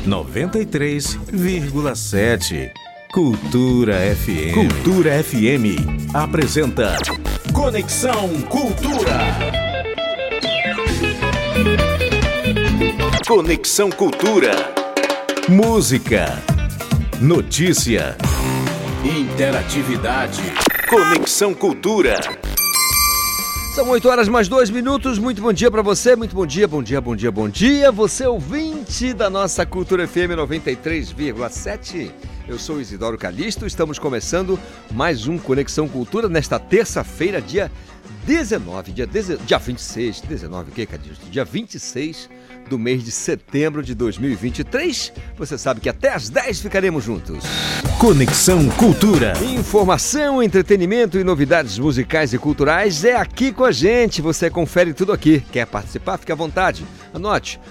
93,7. Cultura FM. Cultura FM apresenta Conexão Cultura. Conexão Cultura. Música, notícia, interatividade. Conexão Cultura. São 8h mais 2 minutos, muito bom dia para você, muito bom dia, bom dia, você ouvinte da nossa Cultura FM 93,7. Eu sou Isidoro Calixto, estamos começando mais um Conexão Cultura nesta terça-feira, dia 26 do mês de setembro de 2023. Você sabe que até às 10 ficaremos juntos. Conexão Cultura. Informação, entretenimento e novidades musicais e culturais é aqui com a gente. Você confere tudo aqui. Quer participar? Fique à vontade. Anote,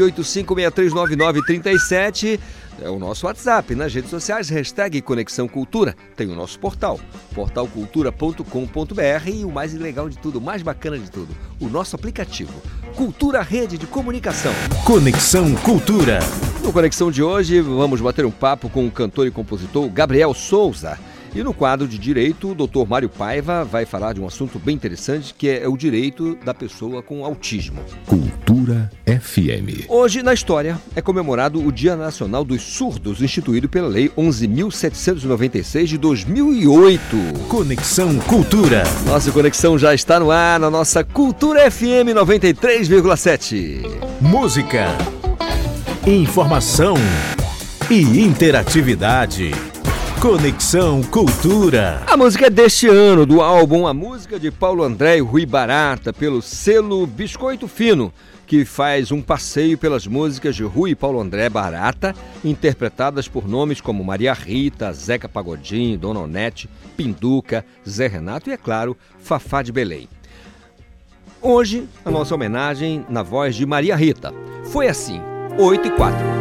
985-639937 é o nosso WhatsApp. Nas redes sociais, hashtag Conexão Cultura. Tem o nosso portal, portalcultura.com.br e o mais legal de tudo, o mais bacana de tudo, o nosso aplicativo, Cultura Rede de Comunicação. Conexão Cultura. No Conexão de hoje, vamos bater um papo com o cantor e compositor Gabriel Souza. E no quadro de Direito, o Dr. Mário Paiva vai falar de um assunto bem interessante, que é o direito da pessoa com autismo. Cultura FM. Hoje, na história, é comemorado o Dia Nacional dos Surdos, instituído pela Lei 11.796 de 2008. Conexão Cultura. Nossa conexão já está no ar na nossa Cultura FM 93,7. Música, informação e interatividade. Conexão Cultura. A música é deste ano, do álbum A Música de Paulo André e Rui Barata, pelo selo Biscoito Fino, que faz um passeio pelas músicas de Rui e Paulo André Barata, interpretadas por nomes como Maria Rita, Zeca Pagodinho, Dona Onete, Pinduca, Zé Renato e, é claro, Fafá de Belém. Hoje, a nossa homenagem na voz de Maria Rita. Foi assim, 8h04.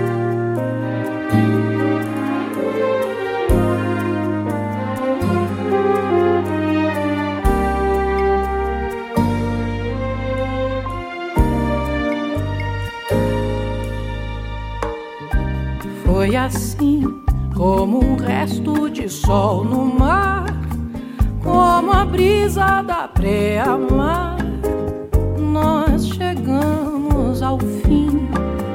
Foi assim, como um resto de sol no mar, como a brisa da pré-mar, nós chegamos ao fim.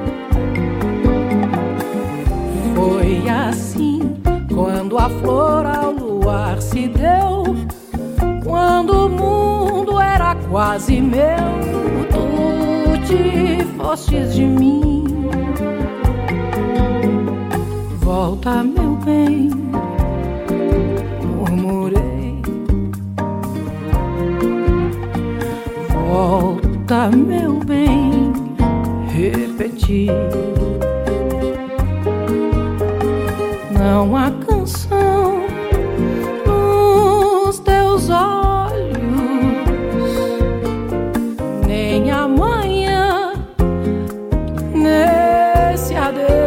Foi assim, quando a flor ao luar se deu, quando o mundo era quase meu, tu te fostes de mim. Volta, meu bem, murmurei. Volta, meu bem, repeti. Não há canção nos teus olhos, nem amanhã nesse adeus.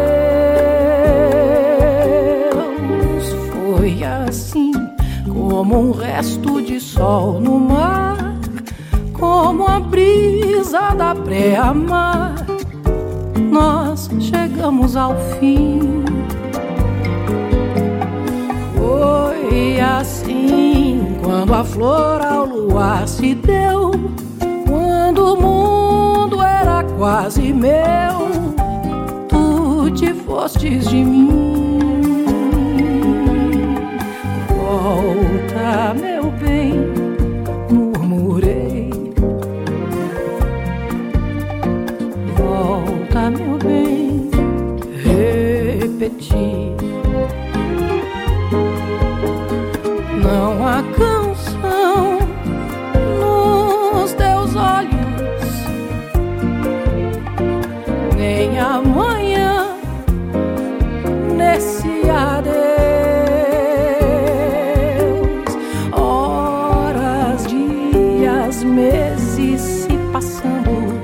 Como um resto de sol no mar, como a brisa da pré-mar, nós chegamos ao fim. Foi assim, quando a flor ao luar se deu, quando o mundo era quase meu, tu te fostes de mim. Volta, meu bem, murmurei. Volta, meu bem, repeti. Não há canção nos teus olhos, nem amanhã nesse adeus. Meses se passando,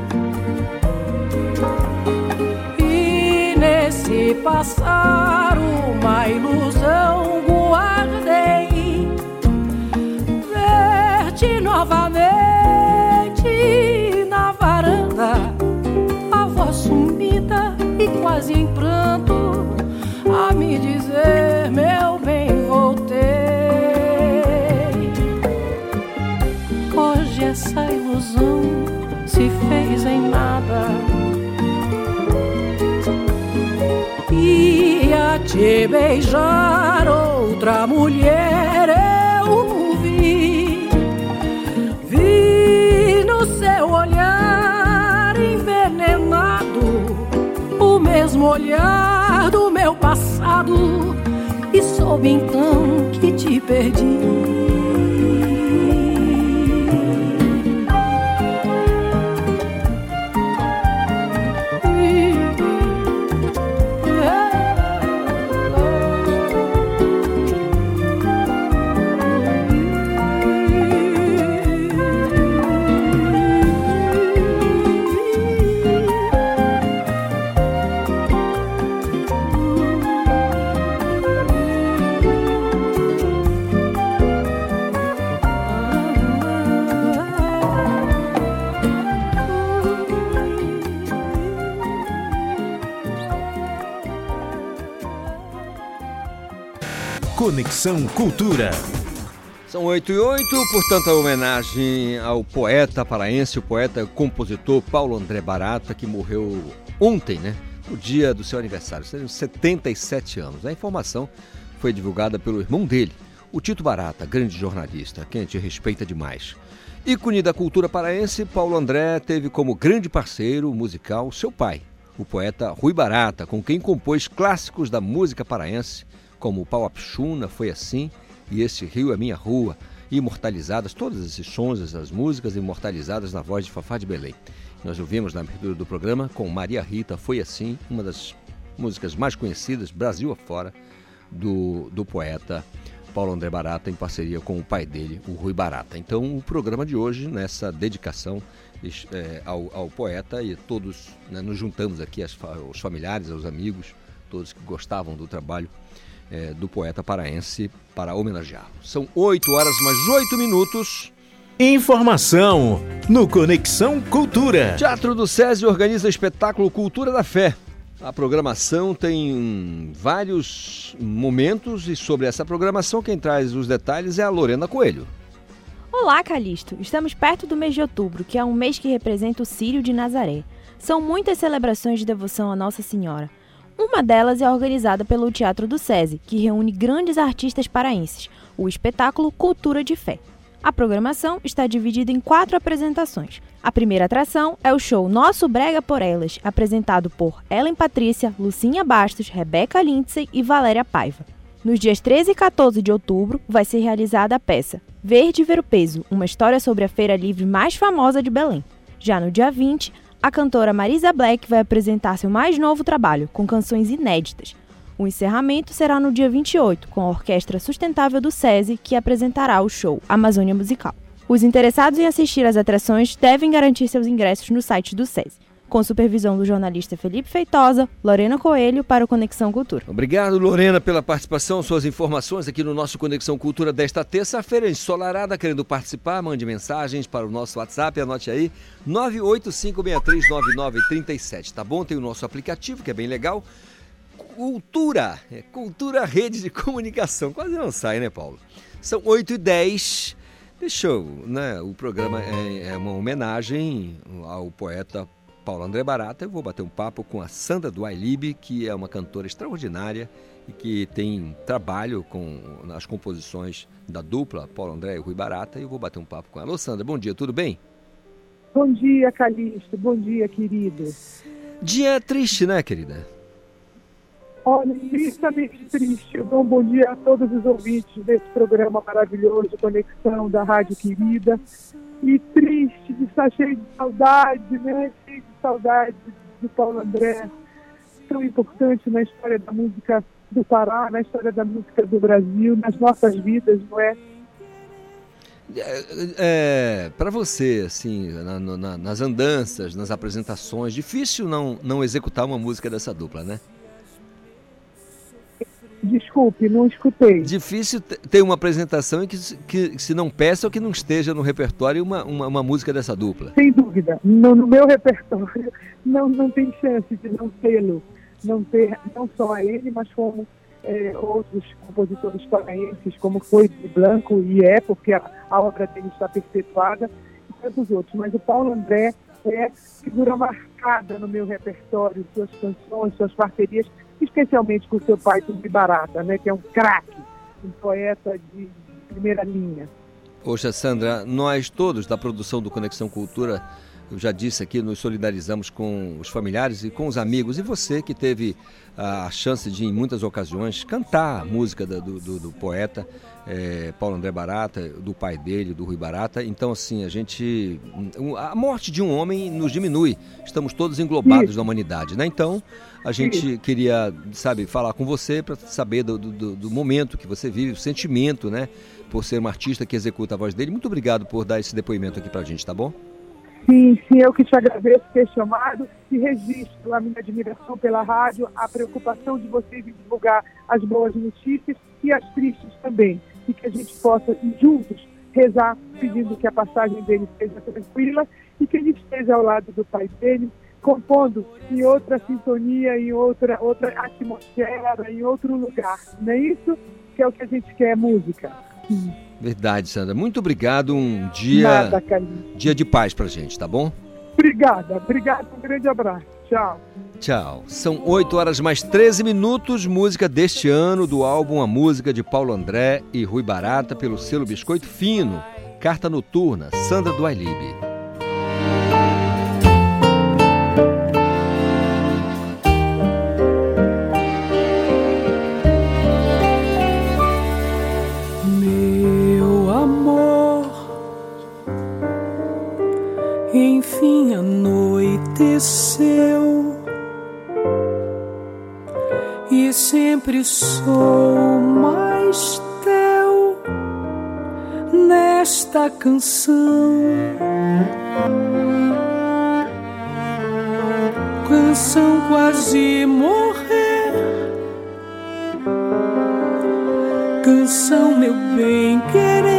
e nesse passar uma ilusão guardei, ver-te novamente na varanda, a voz sumida e quase quase em pranto, a me dizer: meu bem, voltei. Hoje essa ilusão se fez em nada, ia te beijar outra mulher, eu vi. Vi no seu olhar envenenado o mesmo olhar do meu passado, e soube então que te perdi. Conexão Cultura. São 8h08, portanto, a homenagem ao poeta paraense, o poeta e compositor Paulo André Barata, que morreu ontem, né? No dia do seu aniversário, 77 anos. A informação foi divulgada pelo irmão dele, o Tito Barata, grande jornalista, quem a gente respeita demais. Ícone da cultura paraense, Paulo André teve como grande parceiro musical seu pai, o poeta Rui Barata, com quem compôs clássicos da música paraense, como o Pau Apixuna, Foi Assim, e Esse Rio é Minha Rua, imortalizadas, todos esses sons, essas músicas imortalizadas na voz de Fafá de Belém. Nós ouvimos na abertura do programa com Maria Rita, Foi Assim, uma das músicas mais conhecidas, Brasil afora, do poeta Paulo André Barata, em parceria com o pai dele, o Rui Barata. Então, o programa de hoje, nessa dedicação ao poeta, e todos, né, nos juntamos aqui, os familiares, aos amigos, todos que gostavam do trabalho do poeta paraense, para homenageá-lo. São 8h mais 8 minutos. Informação no Conexão Cultura. Teatro do SESI organiza o espetáculo Cultura da Fé. A programação tem vários momentos, e sobre essa programação quem traz os detalhes é a Lorena Coelho. Olá, Calixto! Estamos perto do mês de outubro, que é um mês que representa o Círio de Nazaré. São muitas celebrações de devoção a Nossa Senhora. Uma delas é organizada pelo Teatro do SESI, que reúne grandes artistas paraenses, o espetáculo Cultura de Fé. A programação está dividida em 4 apresentações. A primeira atração é o show Nosso Brega por Elas, apresentado por Ellen Patrícia, Lucinha Bastos, Rebeca Lindsay e Valéria Paiva. Nos dias 13 e 14 de outubro, vai ser realizada a peça Verde Ver o Peso, uma história sobre a feira livre mais famosa de Belém. Já no dia 20, a cantora Marisa Black vai apresentar seu mais novo trabalho, com canções inéditas. O encerramento será no dia 28, com a Orquestra Sustentável do SESI, que apresentará o show Amazônia Musical. Os interessados em assistir às atrações devem garantir seus ingressos no site do SESI. Com supervisão do jornalista Felipe Feitosa, Lorena Coelho para o Conexão Cultura. Obrigado, Lorena, pela participação, suas informações aqui no nosso Conexão Cultura desta terça-feira, ensolarada. Querendo participar, mande mensagens para o nosso WhatsApp, anote aí, 985639937, tá bom? Tem o nosso aplicativo, que é bem legal. Cultura Rede de Comunicação. Quase não sai, né, Paulo? São 8h10. O programa é uma homenagem ao poeta Paulo André Barata. Eu vou bater um papo com a Sandra do Ailib, que é uma cantora extraordinária e que tem trabalho nas composições da dupla Paulo André e Rui Barata, e eu vou bater um papo com ela. Alô, Sandra, bom dia, tudo bem? Bom dia, Calixto, bom dia, querido. Dia triste, né, querida? Olha, imensamente triste. Eu dou um bom dia a todos os ouvintes desse programa maravilhoso de Conexão da Rádio Querida. E triste, de estar cheio de saudade, né? Cheio de saudade do Paulo André, tão importante na história da música do Pará, na história da música do Brasil, nas nossas vidas, não é? Para você, assim, nas andanças, nas apresentações, difícil não executar uma música dessa dupla, né? Desculpe, não escutei. Difícil ter uma apresentação em que se não peça ou que não esteja no repertório uma música dessa dupla. Sem dúvida. No meu repertório não tem chance de não tê-lo. não ter não só a ele, mas como outros compositores paraenses, como foi de Blanco e porque a obra dele está perpetuada, e tantos outros. Mas o Paulo André é figura marcada no meu repertório, suas canções, suas parcerias, especialmente com seu pai, Rui Barata, né, que é um craque, um poeta de primeira linha. Poxa, Sandra, nós todos da produção do Conexão Cultura, eu já disse aqui, nos solidarizamos com os familiares e com os amigos. E você que teve a chance de, em muitas ocasiões, cantar a música do poeta Paulo André Barata, do pai dele, do Rui Barata. Então, assim, a morte de um homem nos diminui. Estamos todos englobados na humanidade, né? Então, a gente queria, falar com você para saber do momento que você vive, o sentimento, né? Por ser um artista que executa a voz dele. Muito obrigado por dar esse depoimento aqui para a gente, tá bom? Sim, eu que te agradeço ter chamado e registro a minha admiração pela rádio, a preocupação de vocês em divulgar as boas notícias e as tristes também, e que a gente possa juntos rezar pedindo que a passagem dele seja tranquila e que ele esteja ao lado do pai dele, compondo em outra sintonia, em outra atmosfera, em outro lugar. Não é isso que é o que a gente quer, música. Verdade, Sandra. Muito obrigado. Um dia de paz pra gente, tá bom? Obrigada. Um grande abraço. Tchau. Tchau. São 8h mais 13, música deste ano do álbum A Música de Paulo André e Rui Barata pelo selo Biscoito Fino. Carta Noturna, Sandra do Ailibe. Enfim anoiteceu e sempre sou mais teu nesta canção, canção quase morrer, canção meu bem querer.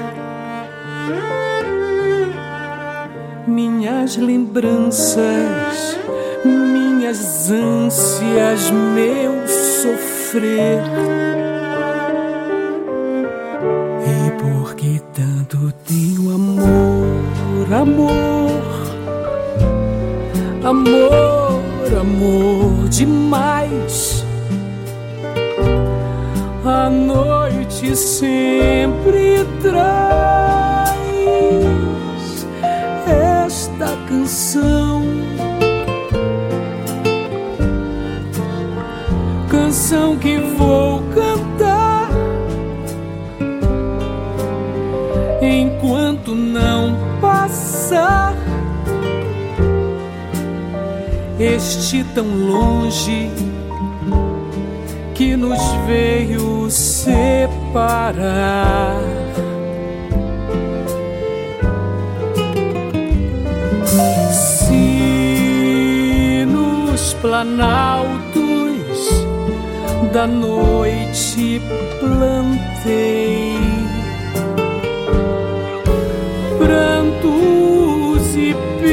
Minhas lembranças, minhas ânsias, meu sofrer. E por que tanto tenho amor, amor demais. A noite sempre traz esta canção, canção que vou cantar enquanto não passar este tão longe que nos veio separar. Se nos planaltos da noite plantei prantos e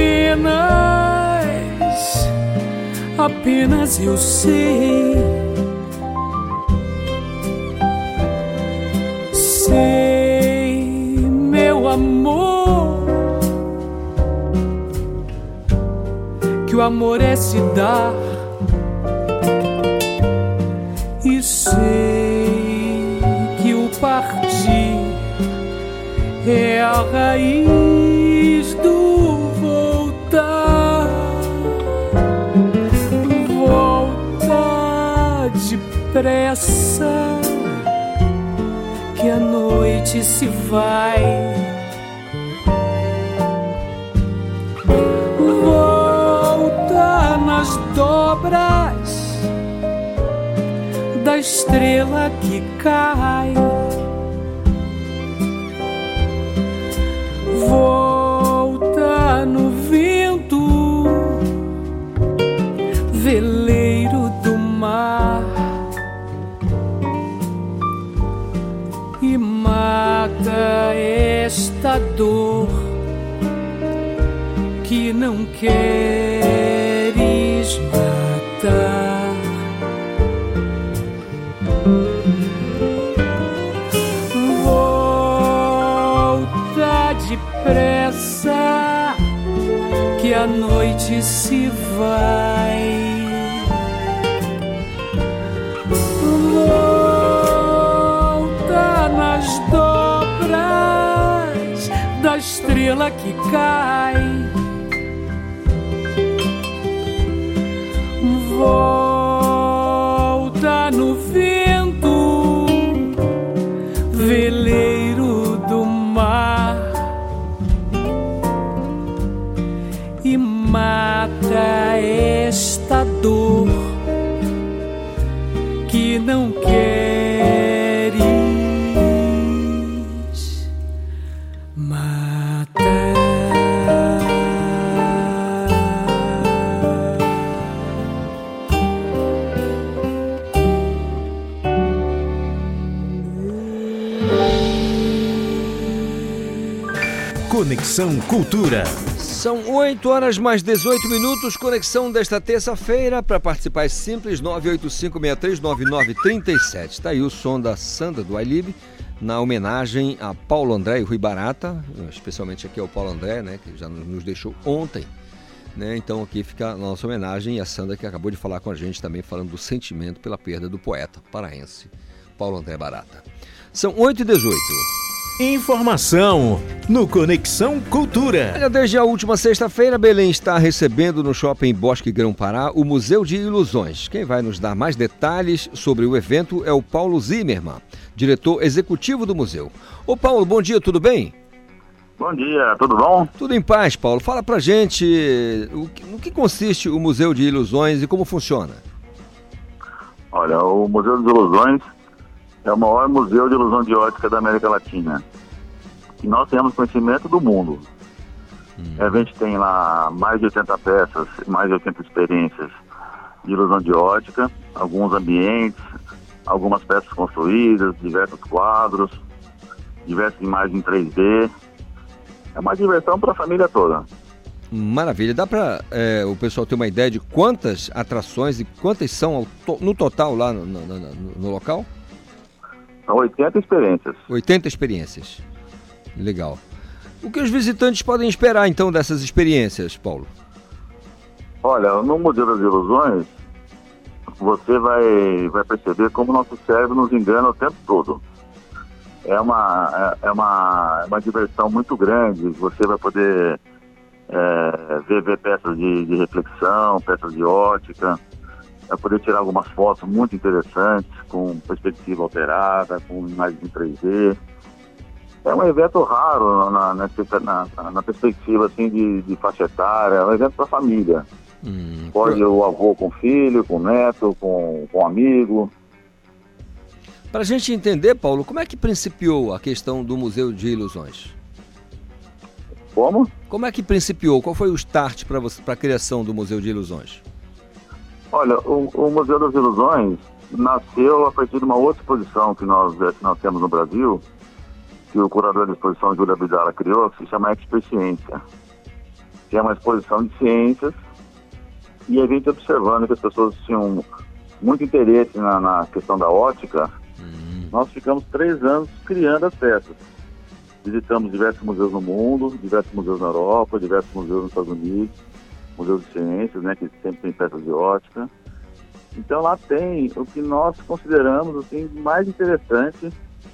penas, apenas eu sei, meu amor, que o amor é se dar, e sei que o partir é a raiz do voltar, voltar depressa, que a noite se vai. Volta nas dobras da estrela que cai. Volta no vento, veleiro do mar, e mata esta dor que não queres matar. noite se vai. Volta nas dobras da estrela que cai. Volta no vento, veleiro do mar, e mata esta dor que não queres matar. Conexão Cultura. São 8 horas mais 18 minutos, conexão desta terça-feira. Para participar é simples, 985639937. Está aí o som da Sandra do iLib, na homenagem a Paulo André e Rui Barata, especialmente aqui ao Paulo André, né, que já nos deixou ontem, né? Então aqui fica a nossa homenagem, e a Sandra, que acabou de falar com a gente também, falando do sentimento pela perda do poeta paraense Paulo André Barata. São 8h18. Informação no Conexão Cultura. Olha, desde a última sexta-feira, Belém está recebendo no Shopping Bosque Grão-Pará o Museu de Ilusões. Quem vai nos dar mais detalhes sobre o evento é o Paulo Zimmermann, diretor executivo do museu. Ô Paulo, bom dia, tudo bem? Bom dia, tudo bom? Tudo em paz, Paulo. Fala pra gente no que consiste o Museu de Ilusões e como funciona. Olha, o Museu de Ilusões é o maior museu de ilusão de ótica da América Latina. E nós temos conhecimento do mundo. A gente tem lá mais de 80 peças, mais de 80 experiências de ilusão de ótica, alguns ambientes, algumas peças construídas, diversos quadros, diversas imagens em 3D. É uma diversão para a família toda. Maravilha. Dá para o pessoal ter uma ideia de quantas atrações e quantas são no total lá no local? São 80 experiências. 80 experiências. Legal. O que os visitantes podem esperar, então, dessas experiências, Paulo? Olha, no Museu das Ilusões, você vai perceber como o nosso cérebro nos engana o tempo todo. É uma diversão muito grande. Você vai poder ver peças de reflexão, peças de ótica, vai poder tirar algumas fotos muito interessantes, com perspectiva alterada, com imagens em 3D. É um evento raro na perspectiva assim, de faixa etária, é um evento para a família. Pode o avô com o filho, com o neto, com o amigo. Para a gente entender, Paulo, como é que principiou a questão do Museu de Ilusões? Como? Como é que principiou? Qual foi o start para a criação do Museu de Ilusões? Olha, o Museu das Ilusões nasceu a partir de uma outra exposição que nós temos no Brasil, que o curador da exposição, Júlio Abdala, criou, que se chama Experciência, que é uma exposição de ciências, e a gente observando que as pessoas tinham muito interesse na questão da ótica. Nós ficamos 3 anos criando as peças. Visitamos diversos museus no mundo, diversos museus na Europa, diversos museus nos Estados Unidos, museus de ciências, né, que sempre tem peças de ótica. Então lá tem o que nós consideramos assim, mais interessante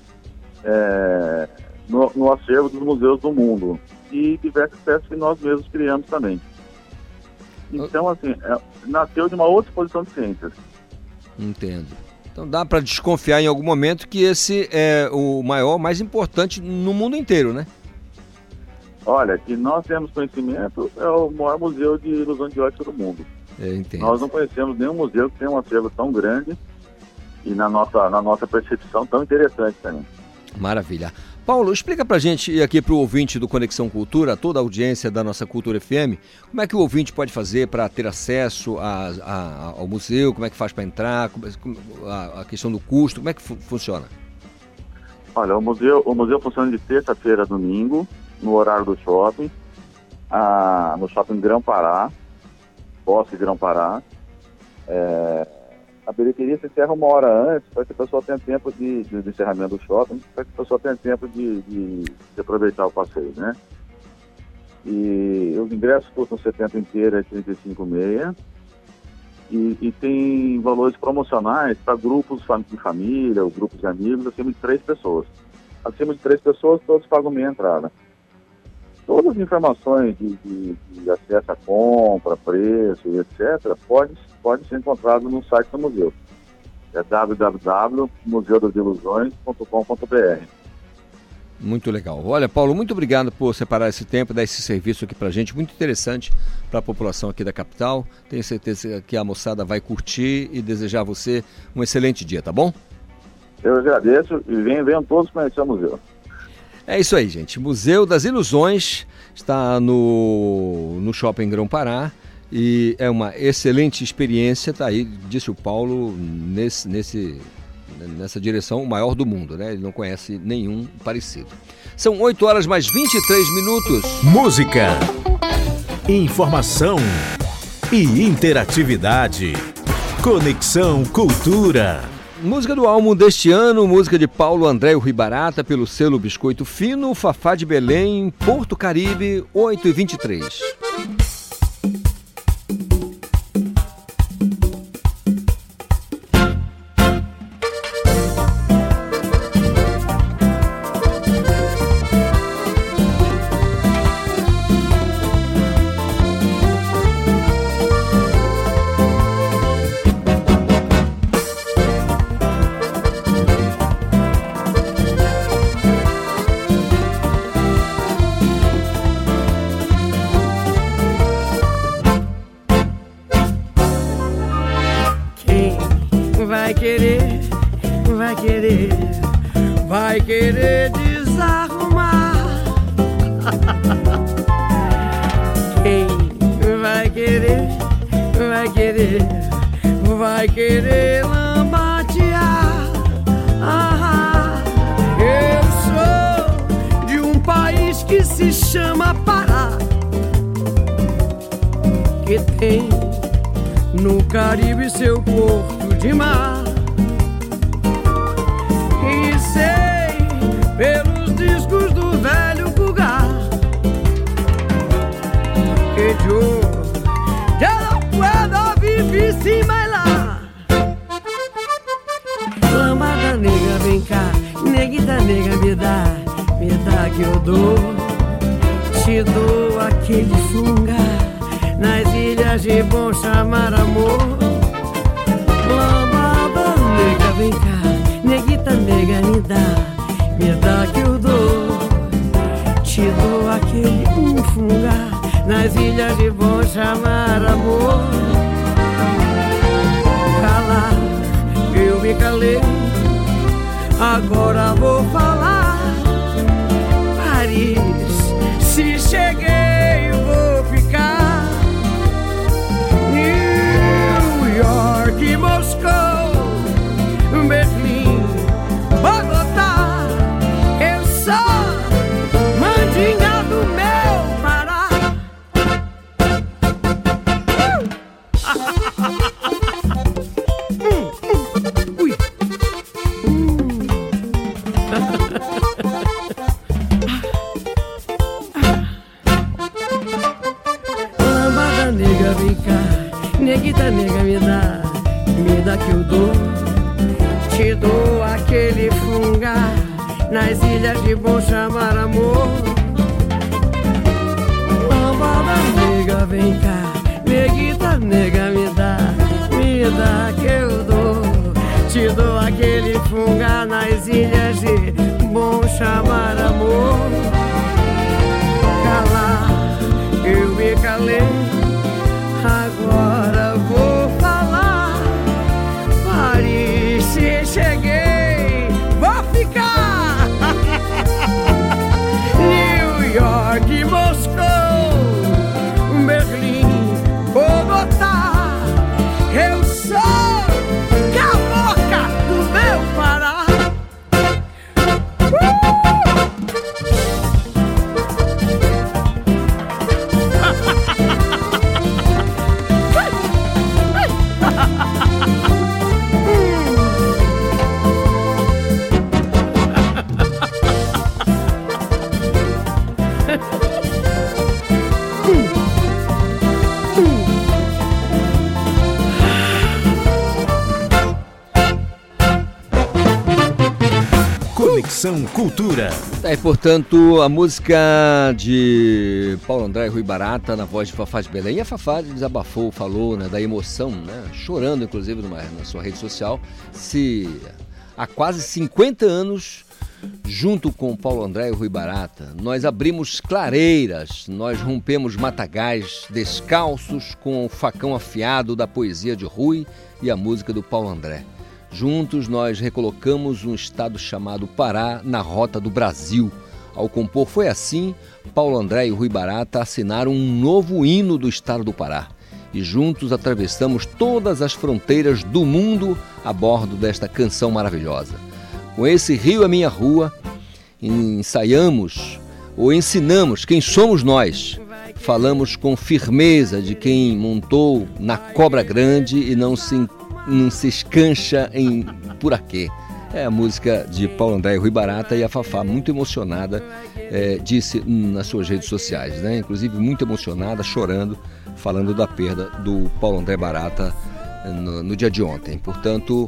no acervo dos museus do mundo, e diversas peças que nós mesmos criamos também. Então, assim, nasceu de uma outra exposição de ciências. Entendo. Então dá para desconfiar em algum momento que esse é o maior, mais importante no mundo inteiro, né? Olha, que nós temos conhecimento, é o maior museu de ilusão de ótica do mundo. Entendo. Nós não conhecemos nenhum museu que tenha um acervo tão grande e na nossa percepção tão interessante também. Maravilha. Paulo, explica pra gente e aqui pro ouvinte do Conexão Cultura, toda a audiência da nossa Cultura FM, como é que o ouvinte pode fazer para ter acesso ao museu, como é que faz para entrar, a questão do custo, como é que funciona? Olha, o museu funciona de terça-feira a domingo, no horário do shopping, no shopping Grão-Pará, Bosque Grão-Pará. A bilheteria se encerra 1 hora antes, para que a pessoa tenha tempo de encerramento do shopping, para que a pessoa tenha tempo de aproveitar o passeio, né? E os ingressos custam 70 inteira e 35,6. E tem valores promocionais para grupos de família ou grupos de amigos acima de 3 pessoas. Acima de 3 pessoas, todos pagam meia entrada. Todas as informações de acesso à compra, preço e etc. pode ser encontrado no site do museu. É www.museudasilusões.com.br. Muito legal. Olha, Paulo, muito obrigado por separar esse tempo, dar esse serviço aqui pra gente, muito interessante para a população aqui da capital. Tenho certeza que a moçada vai curtir e desejar a você um excelente dia, tá bom? Eu agradeço e venham todos conhecer o museu. É isso aí, gente. Museu das Ilusões está no Shopping Grão-Pará e é uma excelente experiência, tá aí, disse o Paulo, nessa direção, o maior do mundo, né? Ele não conhece nenhum parecido. São 8 horas mais 23 minutos. Música, informação e interatividade. Conexão Cultura. Música do álbum deste ano, música de Paulo André e Rui Barata, pelo selo Biscoito Fino, Fafá de Belém, Porto Caribe, 8h23. Vai querer desarrumar. Quem vai querer lambatear. Eu sou de um país que se chama Pará, que tem no Caribe seu porto de mar. E sei pelos discos do velho Cugar que yo ya no puedo vivir sin bailar. Lambada nega, vem cá, neguita nega, me dá que eu dou. Te dou aquele funga nas ilhas de bom chamar amor. Lambada nega, vem cá, neguita nega, me dá que eu dou. Te dou aquele funga nas ilhas de bom chamar amor. Calar, eu me calei, agora vou falar. Paris, se cheguei eu vou ficar. New York, Moscou, Berlim, Bogotá, eu sou mandinga do meu Pará. Ui. Lambada nega, vem cá, neguita nega, me dá que eu dou. Te dou aquele funga nas ilhas de bom chamar amor. Lambada nega, vem cá, neguita nega, me dá que eu dou. Te dou aquele funga nas ilhas de bom chamar amor. Calar, eu me calei, agora vou falar. Paris, se cheguei, vou ficar. New York, Moscou, Berlim, Bogotá, eu sou cabocla do meu Pará. Conexão Cultura. Portanto, a música de Paulo André e Rui Barata na voz de Fafá de Belém. E a Fafá desabafou, falou, né, da emoção, né, chorando inclusive na sua rede social. Há quase 50 anos, junto com Paulo André e Rui Barata, nós abrimos clareiras, nós rompemos matagais descalços com o facão afiado da poesia de Rui e a música do Paulo André. Juntos nós recolocamos um estado chamado Pará na rota do Brasil. Ao compor Foi Assim, Paulo André e Rui Barata assinaram um novo hino do estado do Pará. E juntos atravessamos todas as fronteiras do mundo a bordo desta canção maravilhosa. Com esse Rio é Minha Rua, ensaiamos ou ensinamos quem somos nós. Falamos com firmeza de quem montou na cobra grande e não se escancha por aqui. É a música de Paulo André e Rui Barata, e a Fafá, muito emocionada, disse nas suas redes sociais, né? Inclusive muito emocionada, chorando, falando da perda do Paulo André Barata no dia de ontem. Portanto,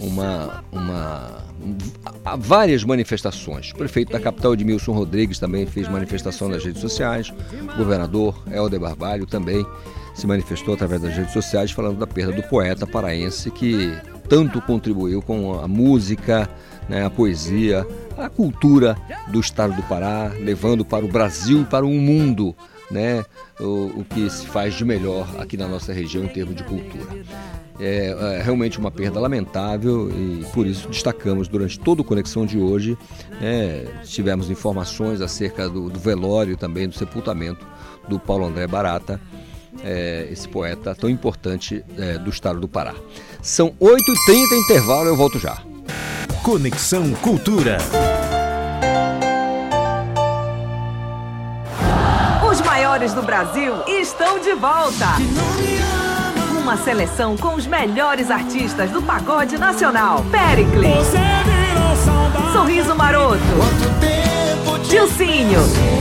há várias manifestações. O prefeito da capital, Edmilson Rodrigues, também fez manifestação nas redes sociais. O governador Helder Barbalho também se manifestou através das redes sociais, falando da perda do poeta paraense que tanto contribuiu com a música, né, a poesia, a cultura do estado do Pará, levando para o Brasil e para o mundo, né, o que se faz de melhor aqui na nossa região em termos de cultura. É realmente uma perda lamentável e por isso destacamos durante toda a Conexão de hoje, tivemos informações acerca do velório e também do sepultamento do Paulo André Barata, esse poeta tão importante do estado do Pará. São 8h30, intervalo, eu volto já. Conexão Cultura. Os maiores do Brasil estão de volta. Uma seleção com os melhores artistas do pagode nacional. Péricles, Sorriso Maroto, Dilcinho,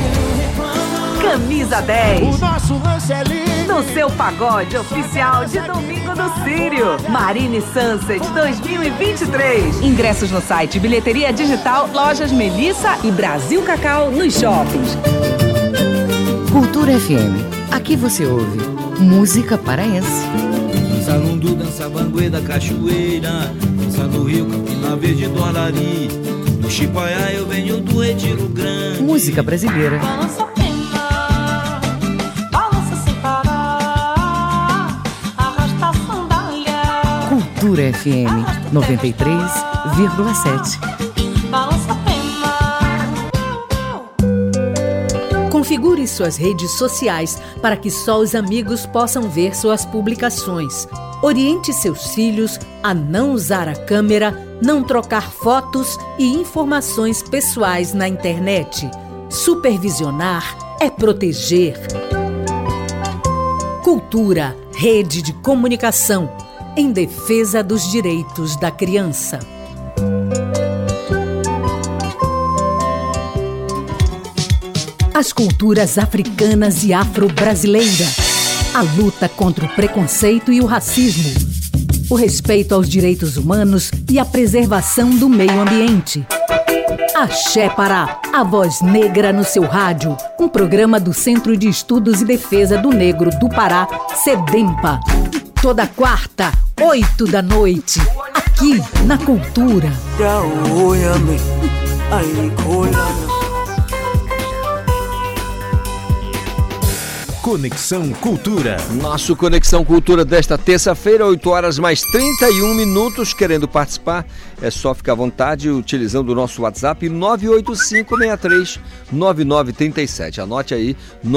Camisa 10. No seu pagode oficial de Domingo do Sírio. Marine Sunset 2023. Ingressos no site Bilheteria Digital, Lojas Melissa e Brasil Cacau nos shoppings. Cultura FM. Aqui você ouve música paraense. Dança lundu, dança banguê da cachoeira, dança do rio, Campina Verde do Arari, do Chipaiá eu venho do Retiro Grande. Música brasileira. Balança a pena, balança sem parar, arrasta a sandália. Cultura FM 93,7. Balança a pena. Configure suas redes sociais para que só os amigos possam ver suas publicações. Oriente seus filhos a não usar a câmera, não trocar fotos e informações pessoais na internet. Supervisionar é proteger. Cultura, rede de comunicação, em defesa dos direitos da criança. As culturas africanas e afro-brasileira. A luta contra o preconceito e o racismo. O respeito aos direitos humanos e a preservação do meio ambiente. Axé Pará, a voz negra no seu rádio. Um programa do Centro de Estudos e Defesa do Negro do Pará, CEDEMPA. Toda quarta, 20h, aqui na Cultura. Conexão Cultura. Nosso Conexão Cultura desta terça-feira, 8h mais 31. Querendo participar, é só ficar à vontade utilizando o nosso WhatsApp 985639937. Anote aí,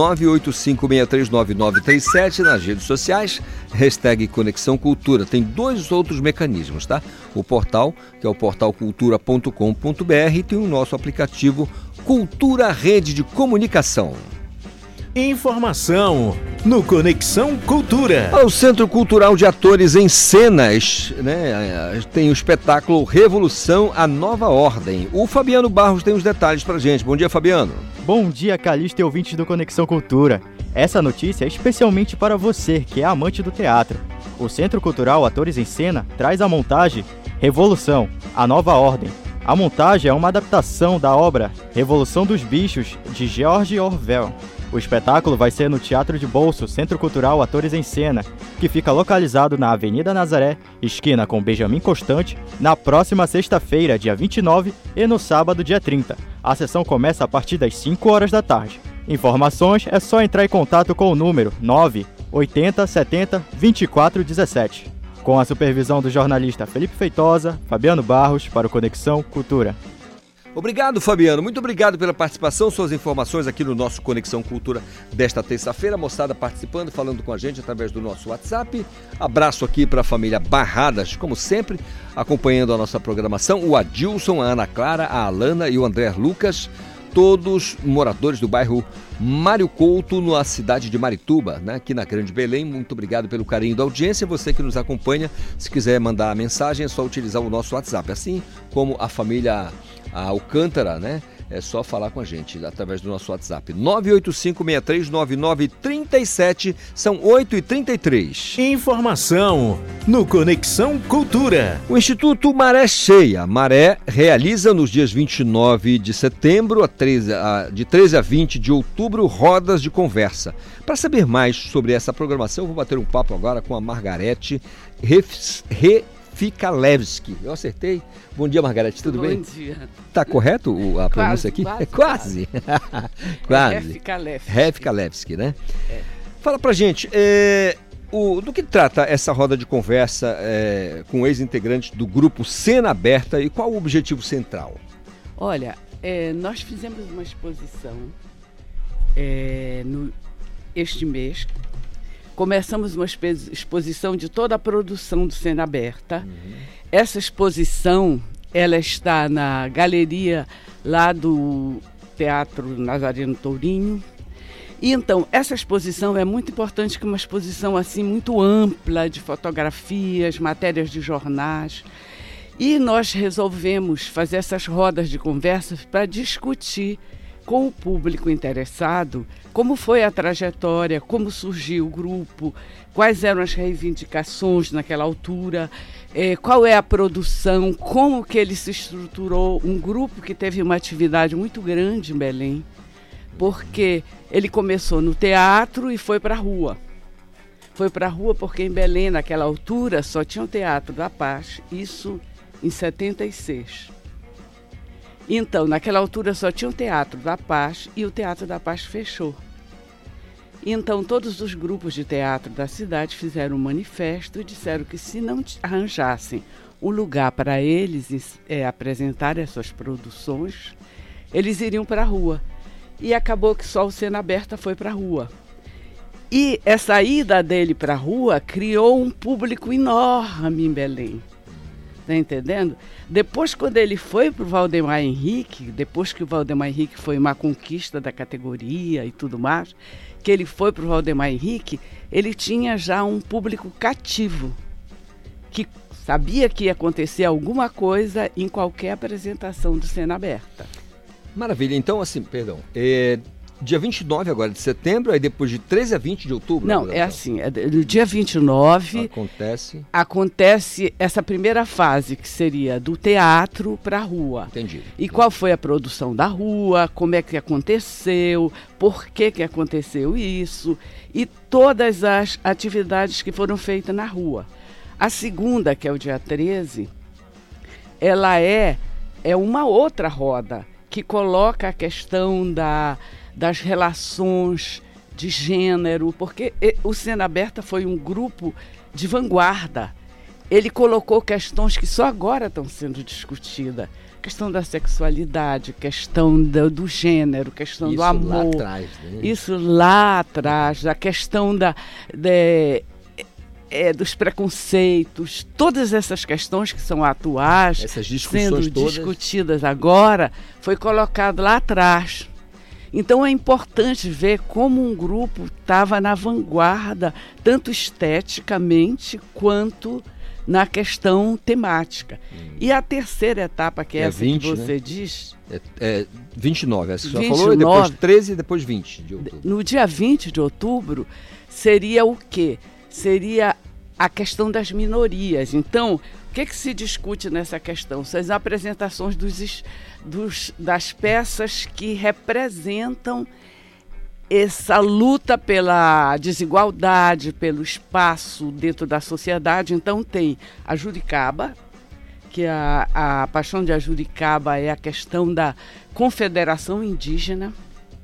985639937 nas redes sociais, hashtag Conexão Cultura. Tem dois outros mecanismos, tá? O portal, que é o portal cultura.com.br, e tem o nosso aplicativo Cultura Rede de Comunicação. Informação no Conexão Cultura. O Centro Cultural de Atores em Cenas, né, tem o espetáculo Revolução, a Nova Ordem. O Fabiano Barros tem os detalhes pra gente. Bom dia, Fabiano. Bom dia, Calixto e ouvintes do Conexão Cultura. Essa notícia é especialmente para você, que é amante do teatro. O Centro Cultural Atores em Cena traz a montagem Revolução, a Nova Ordem, A montagem é uma adaptação da obra Revolução dos Bichos, de George Orwell. O espetáculo vai ser no Teatro de Bolso, Centro Cultural Atores em Cena, que fica localizado na Avenida Nazaré, esquina com Benjamin Constante, na próxima sexta-feira, dia 29, e no sábado, dia 30. A sessão começa a partir das 5 horas da tarde. Informações é só entrar em contato com o número 980 70 24 17. Com a supervisão do jornalista Felipe Feitosa, Fabiano Barros, para o Conexão Cultura. Obrigado, Fabiano. Muito obrigado pela participação, suas informações aqui no nosso Conexão Cultura desta terça-feira. A moçada participando, falando com a gente através do nosso WhatsApp. Abraço aqui para a família Barradas, como sempre, acompanhando a nossa programação. O Adilson, a Ana Clara, a Alana e o André Lucas, todos moradores do bairro Mário Couto, na cidade de Marituba, né? Aqui na Grande Belém. Muito obrigado pelo carinho da audiência. Você que nos acompanha, se quiser mandar a mensagem, é só utilizar o nosso WhatsApp. Assim como a família Alcântara, né? É só falar com a gente através do nosso WhatsApp. 985-6399-37, são 8h33. Informação no Conexão Cultura. O Instituto Maré Cheia, Maré, realiza nos dias 29 de setembro, de 13 a 20 de outubro, rodas de conversa. Para saber mais sobre essa programação, eu vou bater um papo agora com a Margarete Refikalevski. Eu acertei? Bom dia, Margarete, tudo bem? Bom dia. Tá correto a pronúncia aqui? Quase. Quase. Refikalevski, né? É. Fala pra gente, do que trata essa roda de conversa com ex-integrantes do grupo Cena Aberta e qual o objetivo central? Olha, nós fizemos uma exposição este mês. Começamos uma exposição de toda a produção do Cena Aberta. Essa exposição, ela está na galeria lá do Teatro Nazareno Tourinho. E então, essa exposição é muito importante, que é uma exposição assim muito ampla, de fotografias, matérias de jornais. E nós resolvemos fazer essas rodas de conversas para discutir com o público interessado como foi a trajetória, como surgiu o grupo, quais eram as reivindicações naquela altura, qual é a produção, como que ele se estruturou, um grupo que teve uma atividade muito grande em Belém, porque ele começou no teatro e foi para a rua. Foi para a rua porque em Belém, naquela altura, só tinha o Teatro da Paz, isso em 76. Então, naquela altura só tinha o Teatro da Paz e o Teatro da Paz fechou. Então, todos os grupos de teatro da cidade fizeram um manifesto e disseram que se não arranjassem um lugar para eles apresentarem as suas produções, eles iriam para a rua. E acabou que só o Cena Aberta foi para a rua. E essa ida dele para a rua criou um público enorme em Belém. Tá entendendo? Depois, quando ele foi para o Valdemar Henrique, depois que o Valdemar Henrique foi uma conquista da categoria e tudo mais, que ele foi para o Valdemar Henrique, ele tinha já um público cativo, que sabia que ia acontecer alguma coisa em qualquer apresentação do Cena Aberta. Maravilha, então assim, dia 29 agora de setembro, aí depois de 13 a 20 de outubro? Não, é assim, no dia 29 acontece essa primeira fase, que seria do teatro para a rua. Entendi. E qual foi a produção da rua, como é que aconteceu, por que aconteceu isso, e todas as atividades que foram feitas na rua. A segunda, que é o dia 13, ela é uma outra roda, que coloca a questão das relações de gênero, porque o Cena Aberta foi um grupo de vanguarda. Ele colocou questões que só agora estão sendo discutidas. Questão da sexualidade, questão do gênero, questão do amor. Isso lá atrás, né? Isso lá atrás, a questão dos preconceitos, todas essas questões que são atuais, sendo discutidas agora, foi colocado lá atrás. Então é importante ver como um grupo estava na vanguarda, tanto esteticamente quanto na questão temática. E a terceira etapa, que é essa 20, que você, né, diz... 29, essa que você falou, depois 13 e depois 20 de outubro. No dia 20 de outubro seria o quê? Seria a questão das minorias. Então, o que se discute nessa questão? São as apresentações das peças que representam essa luta pela desigualdade, pelo espaço dentro da sociedade. Então tem a Juricaba, que a Paixão de Ajuricaba é a questão da confederação indígena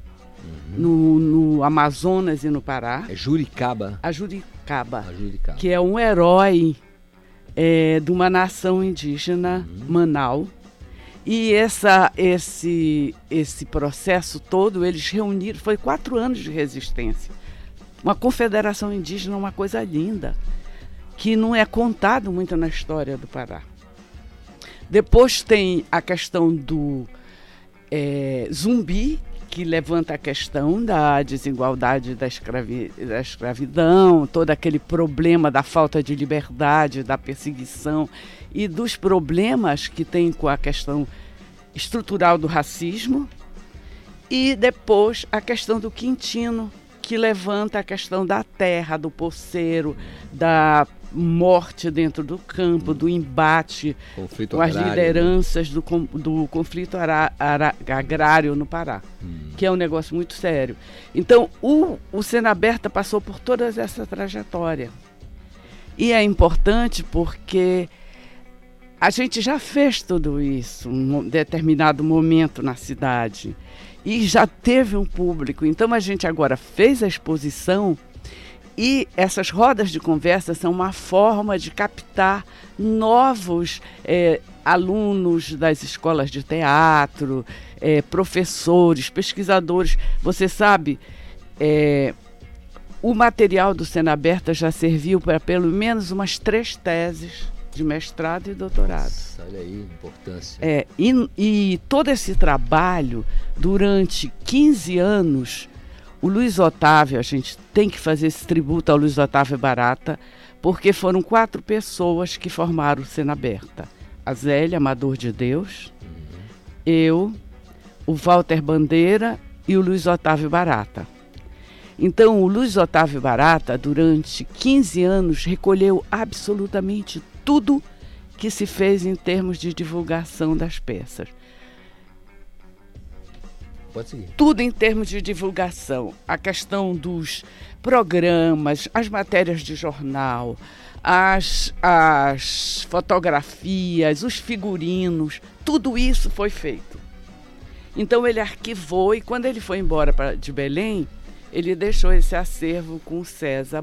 no Amazonas e no Pará. É Juricaba? A Juricaba, que é um herói de uma nação indígena, Manau. E esse processo todo, eles reuniram, foi 4 anos de resistência. Uma confederação indígena, uma coisa linda, que não é contado muito na história do Pará. Depois tem a questão do Zumbi, que levanta a questão da desigualdade da escravidão, todo aquele problema da falta de liberdade, da perseguição e dos problemas que tem com a questão estrutural do racismo. E depois a questão do Quintino, que levanta a questão da terra, do poceiro, da morte dentro do campo, do embate conflito com agrário, as lideranças do conflito agrário no Pará, que é um negócio muito sério. Então, o Cena Aberta passou por toda essa trajetória. E é importante porque a gente já fez tudo isso em um determinado momento na cidade e já teve um público. Então, a gente agora fez a exposição. E essas rodas de conversa são uma forma de captar novos alunos das escolas de teatro, professores, pesquisadores. Você sabe, o material do Cena Aberta já serviu para pelo menos umas 3 teses de mestrado e doutorado. Nossa, olha aí a importância. E todo esse trabalho, durante 15 anos, o Luiz Otávio, a gente tem que fazer esse tributo ao Luiz Otávio Barata, porque foram 4 pessoas que formaram o Cena Aberta. A Zélia Amador de Deus, eu, o Walter Bandeira e o Luiz Otávio Barata. Então, o Luiz Otávio Barata, durante 15 anos, recolheu absolutamente tudo que se fez em termos de divulgação das peças. Pode seguir. Tudo em termos de divulgação. A questão dos programas, as matérias de jornal, as fotografias, os figurinos, tudo isso foi feito. Então ele arquivou e quando ele foi embora de Belém, ele deixou esse acervo com o César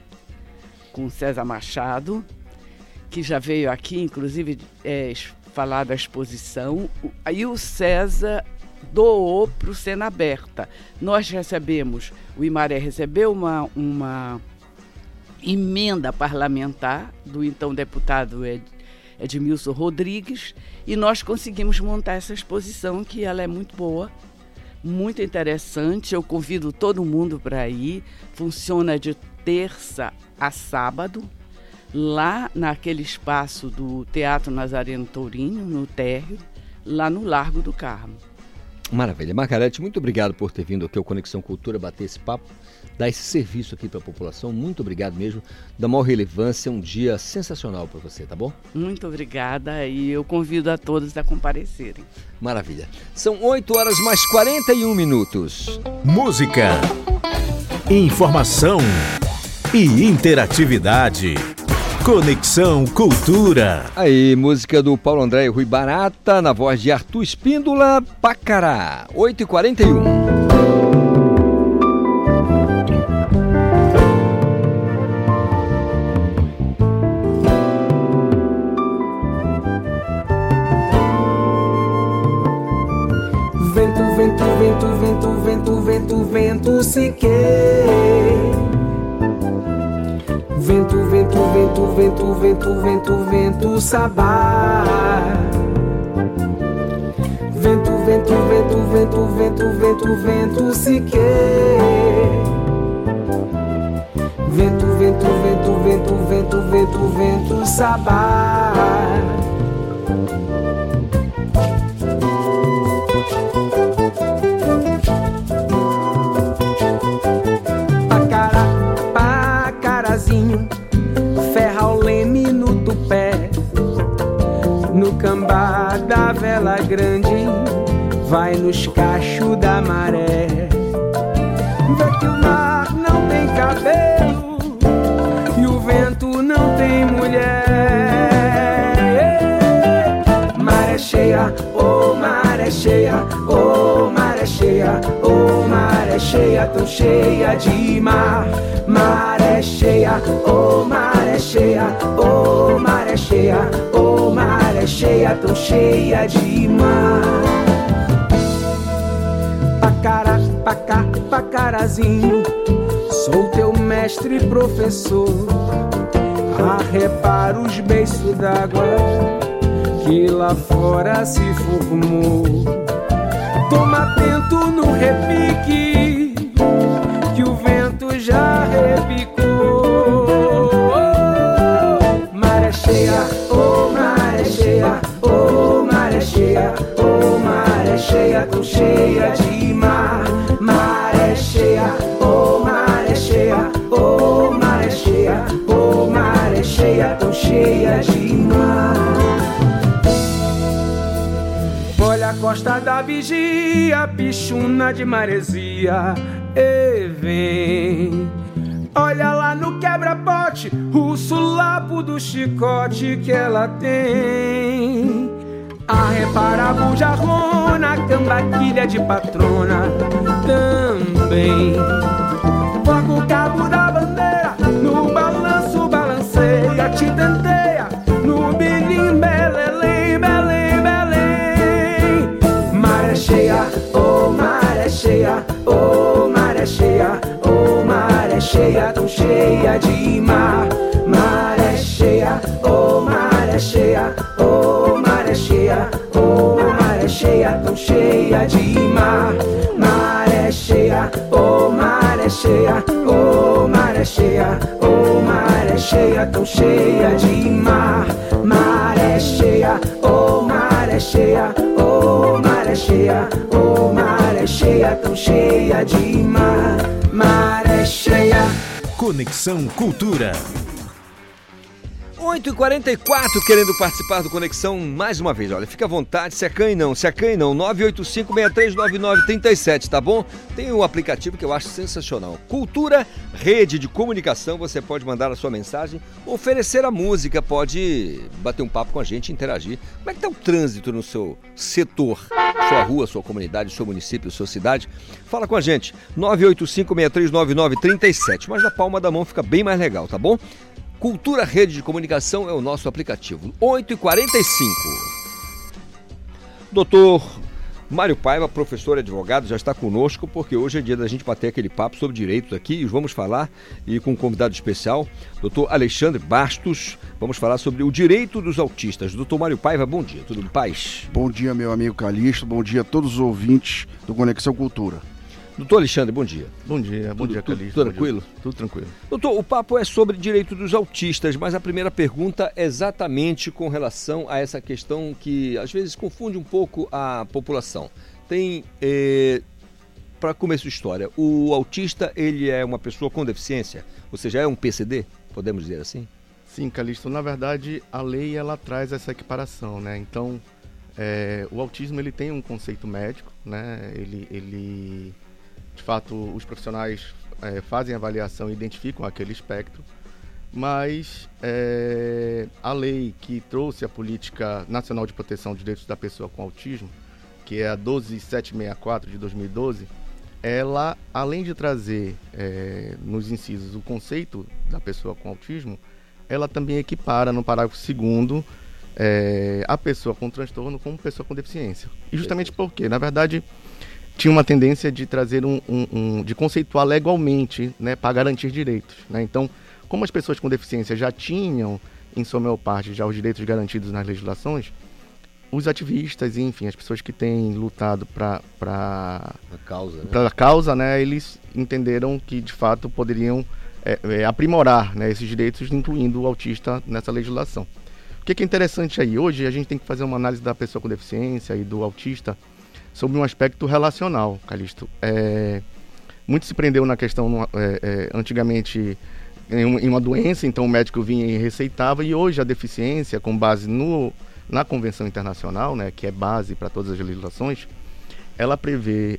Machado, que já veio aqui, inclusive, falar da exposição. Aí o César doou para o Cena Aberta. Nós recebemos, o Imaré recebeu uma emenda parlamentar do então deputado Edmilson Rodrigues e nós conseguimos montar essa exposição, que ela é muito boa, muito interessante. Eu convido todo mundo para ir. Funciona de terça a sábado, lá naquele espaço do Teatro Nazareno Tourinho, no térreo, lá no Largo do Carmo. Maravilha. Margarete, muito obrigado por ter vindo aqui ao Conexão Cultura, bater esse papo, dar esse serviço aqui para a população. Muito obrigado mesmo, da maior relevância, um dia sensacional para você, tá bom? Muito obrigada e eu convido a todos a comparecerem. Maravilha. São 8h mais 41 minutos. Música, informação e interatividade. Conexão Cultura. Aí, música do Paulo André e Rui Barata, na voz de Arthur Espíndola, Pacará, 8h41. Vento, vento, vento, vento, vento, vento, vento, se quer. Vento, vento, vento, vento, vento, vento, vento, sabá. Vento, vento, vento, vento, vento, vento, vento, se quer. Vento, vento, vento, vento, vento, vento, vento, sabá. no cambá da vela grande, vai nos cachos da maré. Vê que o mar não tem cabelo e o vento não tem mulher. Maré cheia, oh maré cheia, oh maré cheia, oh maré cheia, tão cheia de mar. Maré cheia, oh maré cheia, oh maré cheia, oh maré cheia, tão cheia de mar. Pacará, pacá, pacarazinho, sou teu mestre e professor. Arrepara os beiços d'água que lá fora se formou. Toma atento no repique que o vento já repicou. Maré cheia, oh maré cheia, oh maré cheia, oh maré cheia, tão cheia de mar. Maré cheia, oh maré cheia, oh maré cheia, oh maré cheia, tão cheia de mar. Olha a costa da vigia, pichuna de maresia, e vem. Olha lá no quebra-pote, o sulapo do chicote que ela tem. Arrepara a bujarrona, cambaquilha de patrona também. Toca o cabo da bandeira, no balanço balanceia, te tenteia, no bilim belém, belém, belém. Maré cheia, oh maré cheia, oh maré cheia, oh maré cheia, tão cheia de mar. Maré cheia, oh maré cheia, oh maré cheia, oh maré cheia, tão cheia de mar. Maré cheia, oh maré cheia, oh maré cheia, oh maré cheia, tão cheia de mar. Maré cheia, oh maré cheia, oh maré cheia, oh maré cheia, tão cheia de mar. Maré cheia. Conexão Cultura. 8h44, querendo participar do Conexão mais uma vez. Olha, fica à vontade, se acanhe não, 985-6399-37, tá bom? Tem um aplicativo que eu acho sensacional. Cultura, rede de comunicação, você pode mandar a sua mensagem, oferecer a música, pode bater um papo com a gente, interagir. Como é que tá o trânsito no seu setor, sua rua, sua comunidade, seu município, sua cidade? Fala com a gente, 985-6399-37, mas na palma da mão fica bem mais legal, tá bom? Cultura Rede de Comunicação é o nosso aplicativo. 8h45. Doutor Mário Paiva, professor e advogado, já está conosco, porque hoje é dia da gente bater aquele papo sobre direitos aqui e vamos falar, e com um convidado especial, doutor Alexandre Bastos, vamos falar sobre o direito dos autistas. Doutor Mário Paiva, bom dia, tudo em paz? Bom dia, meu amigo Calixto, bom dia a todos os ouvintes do Conexão Cultura. Doutor Alexandre, bom dia. Bom dia, Calixto. Tudo tranquilo? Tudo tranquilo. Doutor, o papo é sobre direito dos autistas, mas a primeira pergunta é exatamente com relação a essa questão que às vezes confunde um pouco a população. Tem, para começo de história, o autista, ele é uma pessoa com deficiência? Ou seja, é um PCD, podemos dizer assim? Sim, Calixto. Na verdade, a lei, ela traz essa equiparação, né? Então, o autismo, ele tem um conceito médico, né? Ele de fato, os profissionais fazem avaliação e identificam aquele espectro, mas a lei que trouxe a Política Nacional de Proteção dos Direitos da Pessoa com Autismo, que é a 12764 de 2012, ela, além de trazer nos incisos o conceito da pessoa com autismo, ela também equipara no parágrafo 2º a pessoa com transtorno como pessoa com deficiência. E justamente porque, na verdade, tinha uma tendência de trazer de conceituar legalmente, né, para garantir direitos, né? Então, como as pessoas com deficiência já tinham, em sua maior parte, já os direitos garantidos nas legislações, os ativistas, enfim, as pessoas que têm lutado para a causa, né, eles entenderam que, de fato, poderiam aprimorar, né, esses direitos, incluindo o autista nessa legislação. O que é interessante aí? Hoje a gente tem que fazer uma análise da pessoa com deficiência e do autista sobre um aspecto relacional, Calixto. Muito se prendeu na questão, antigamente, em uma doença, então o médico vinha e receitava, e hoje a deficiência, com base na Convenção Internacional, né, que é base para todas as legislações, ela prevê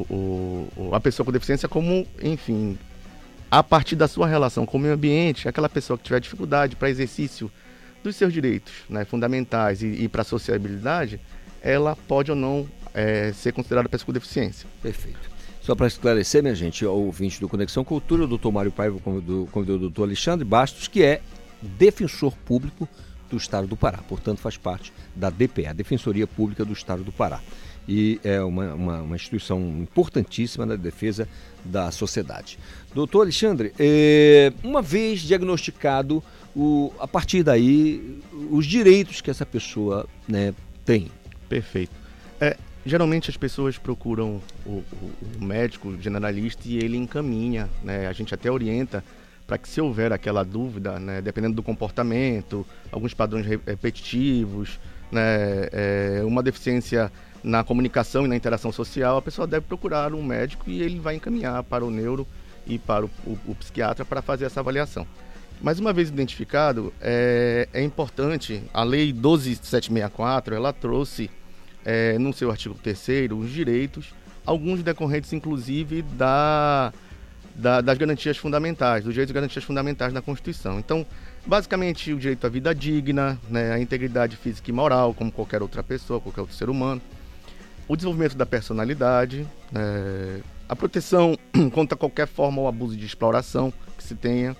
a pessoa com deficiência como, enfim, a partir da sua relação com o meio ambiente, aquela pessoa que tiver dificuldade para exercício dos seus direitos, né, fundamentais e para a sociabilidade, ela pode ou não ser considerada pessoa com deficiência. Perfeito. Só para esclarecer, minha gente, ao ouvinte do Conexão Cultura, o doutor Mário Paiva convidou o doutor Alexandre Bastos, que é defensor público do Estado do Pará, portanto faz parte da DPE, a Defensoria Pública do Estado do Pará. E é uma instituição importantíssima na defesa da sociedade. Doutor Alexandre, uma vez diagnosticado, a partir daí, os direitos que essa pessoa, né, tem. Perfeito. Geralmente as pessoas procuram o médico generalista e ele encaminha, né, a gente até orienta para que, se houver aquela dúvida, né, dependendo do comportamento, alguns padrões repetitivos, né, uma deficiência na comunicação e na interação social, a pessoa deve procurar um médico e ele vai encaminhar para o neuro e para o psiquiatra para fazer essa avaliação. Mas uma vez identificado, é importante, a Lei 12.764, ela trouxe no seu artigo 3º os direitos, alguns decorrentes inclusive das garantias fundamentais, dos direitos e garantias fundamentais da Constituição. Então, basicamente, o direito à vida digna, né, a integridade física e moral, como qualquer outra pessoa, qualquer outro ser humano, o desenvolvimento da personalidade, a proteção contra qualquer forma ou abuso de exploração que se tenha.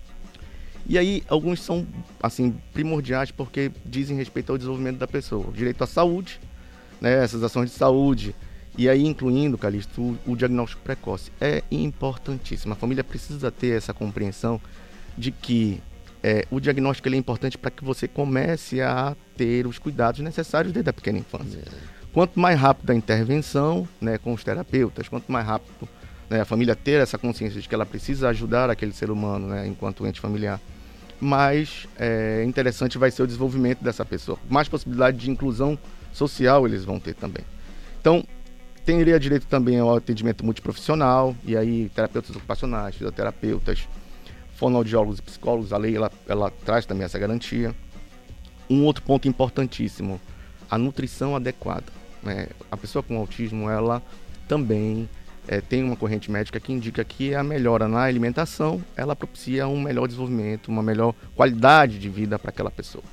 E aí, alguns são, assim, primordiais porque dizem respeito ao desenvolvimento da pessoa. O direito à saúde, né, essas ações de saúde, e aí incluindo, Calixto, o diagnóstico precoce. É importantíssimo. A família precisa ter essa compreensão de que o diagnóstico ele é importante para que você comece a ter os cuidados necessários desde a pequena infância. Quanto mais rápido a intervenção, né, com os terapeutas, quanto mais rápido, né, a família ter essa consciência de que ela precisa ajudar aquele ser humano, né, enquanto ente familiar, mais interessante vai ser o desenvolvimento dessa pessoa. Mais possibilidade de inclusão social eles vão ter também. Então, teria direito também ao atendimento multiprofissional, e aí terapeutas ocupacionais, fisioterapeutas, fonoaudiólogos e psicólogos, a lei ela traz também essa garantia. Um outro ponto importantíssimo, a nutrição adequada, né? A pessoa com autismo, ela também tem uma corrente médica que indica que a melhora na alimentação, ela propicia um melhor desenvolvimento, uma melhor qualidade de vida para aquela pessoa.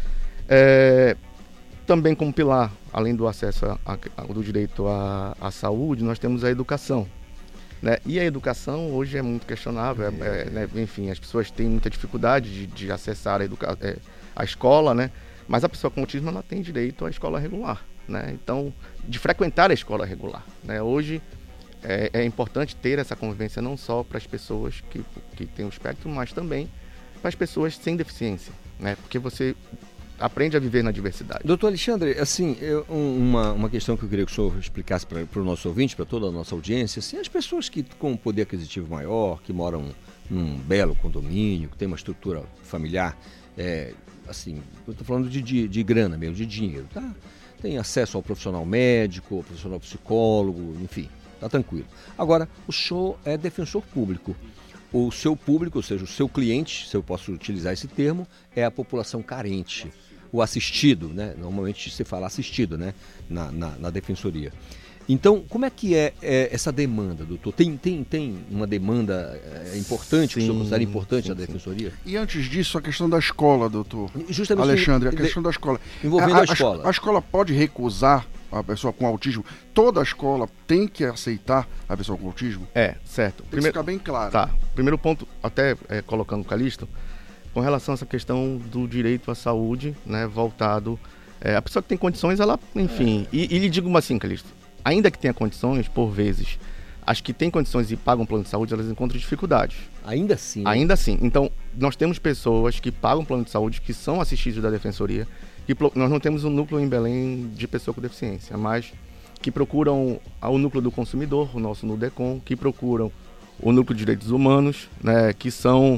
Também como pilar, além do acesso do direito à saúde, nós temos a educação, né? E a educação hoje é muito questionável, né? Enfim, as pessoas têm muita dificuldade de acessar a escola, né? Mas a pessoa com autismo ela tem direito à escola regular, né? Então, de frequentar a escola regular, né? Hoje é importante ter essa convivência não só para as pessoas que têm o espectro, mas também para as pessoas sem deficiência, né? Porque você aprende a viver na diversidade. Doutor Alexandre, assim, uma questão que eu queria que o senhor explicasse para o nosso ouvinte, para toda a nossa audiência, assim, as pessoas que com poder aquisitivo maior, que moram num belo condomínio, que tem uma estrutura familiar, assim, eu estou falando de grana mesmo, de dinheiro, tá? Tem acesso ao profissional médico, ao profissional psicólogo, enfim, tá tranquilo. Agora, o senhor é defensor público. O seu público, ou seja, o seu cliente, se eu posso utilizar esse termo, é a população carente, o assistido, né? Normalmente se fala assistido, né? Na defensoria. Então, como é que é essa demanda, doutor? Tem uma demanda importante, que o senhor considera importante na defensoria? E antes disso, a questão da escola, doutor. Justamente, Alexandre, a questão da escola. Envolvendo a escola. A escola pode recusar a pessoa com autismo? Toda a escola tem que aceitar a pessoa com autismo? Certo. Tem que ficar bem claro. Tá. Primeiro ponto, até colocando o Calixto, com relação a essa questão do direito à saúde, né, voltado... a pessoa que tem condições, ela, enfim... E lhe digo assim, Calixto, ainda que tenha condições, por vezes, as que têm condições e pagam plano de saúde, elas encontram dificuldades. Ainda assim? Né? Ainda assim. Então, nós temos pessoas que pagam plano de saúde, que são assistidos da Defensoria, e nós não temos um núcleo em Belém de pessoa com deficiência, mas que procuram o núcleo do consumidor, o nosso NUDECOM, que procuram o núcleo de direitos humanos, né, que são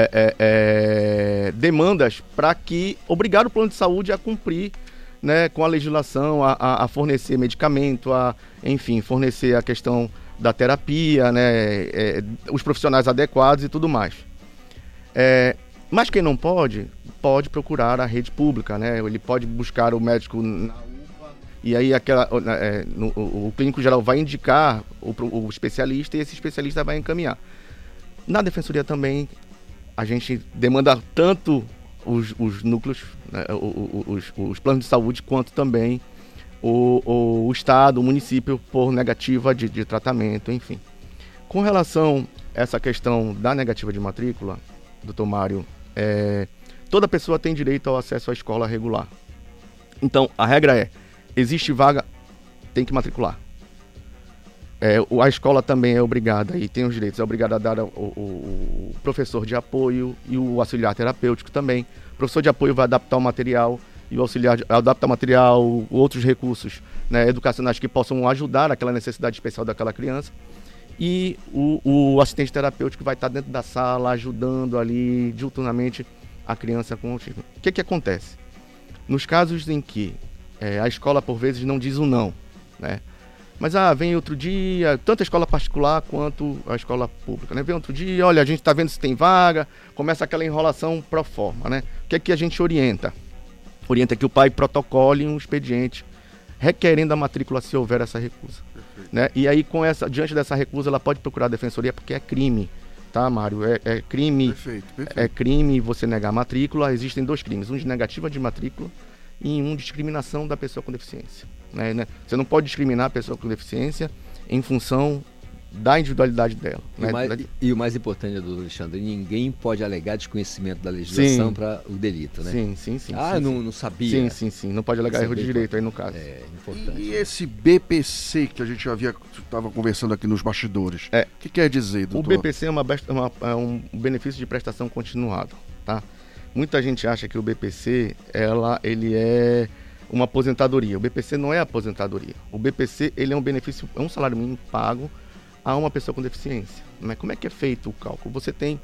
demandas para que obrigar o plano de saúde a cumprir, né, com a legislação, a fornecer medicamento, enfim, fornecer a questão da terapia, né, os profissionais adequados e tudo mais. Mas quem não pode procurar a rede pública, né? Ele pode buscar o médico na UPA, e aí o clínico geral vai indicar o especialista, e esse especialista vai encaminhar. Na defensoria também, a gente demanda tanto os núcleos, né, os planos de saúde, quanto também o Estado, o município, por negativa de tratamento, enfim. Com relação a essa questão da negativa de matrícula, doutor Mário, toda pessoa tem direito ao acesso à escola regular. Então, a regra existe vaga, tem que matricular. A escola também é obrigada, e tem os direitos, é obrigada a dar o professor de apoio e o auxiliar terapêutico também. O professor de apoio vai adaptar o material, e o auxiliar adapta o material, outros recursos, né, educacionais que possam ajudar aquela necessidade especial daquela criança. E o assistente terapêutico vai estar dentro da sala, ajudando ali diuturnamente a criança com autismo. O que acontece? Nos casos em que a escola, por vezes, não diz o não, né? Mas vem outro dia, tanto a escola particular quanto a escola pública, né? Vem outro dia, olha, a gente está vendo se tem vaga, começa aquela enrolação pro forma, né? O que é que a gente orienta? Orienta que o pai protocole um expediente requerendo a matrícula se houver essa recusa, né? E aí, diante dessa recusa, ela pode procurar a defensoria, porque é crime, tá, Mário? É crime, perfeito. É crime você negar a matrícula. Existem 2 crimes, um de negativa de matrícula e um de discriminação da pessoa com deficiência, né? Você não pode discriminar a pessoa com deficiência em função da individualidade dela. E o mais importante, doutor Alexandre, ninguém pode alegar desconhecimento da legislação para o delito, né? Sim. Não sabia. Sim. Não pode alegar erro de direito aí no caso. É importante. E esse BPC que a gente estava conversando aqui nos bastidores, o que quer dizer, doutor? O BPC é um benefício de prestação continuado, tá? Muita gente acha que o BPC, ele é uma aposentadoria. O BPC não é aposentadoria. O BPC, ele é um benefício, é um salário mínimo pago a uma pessoa com deficiência. Mas como é que é feito o cálculo?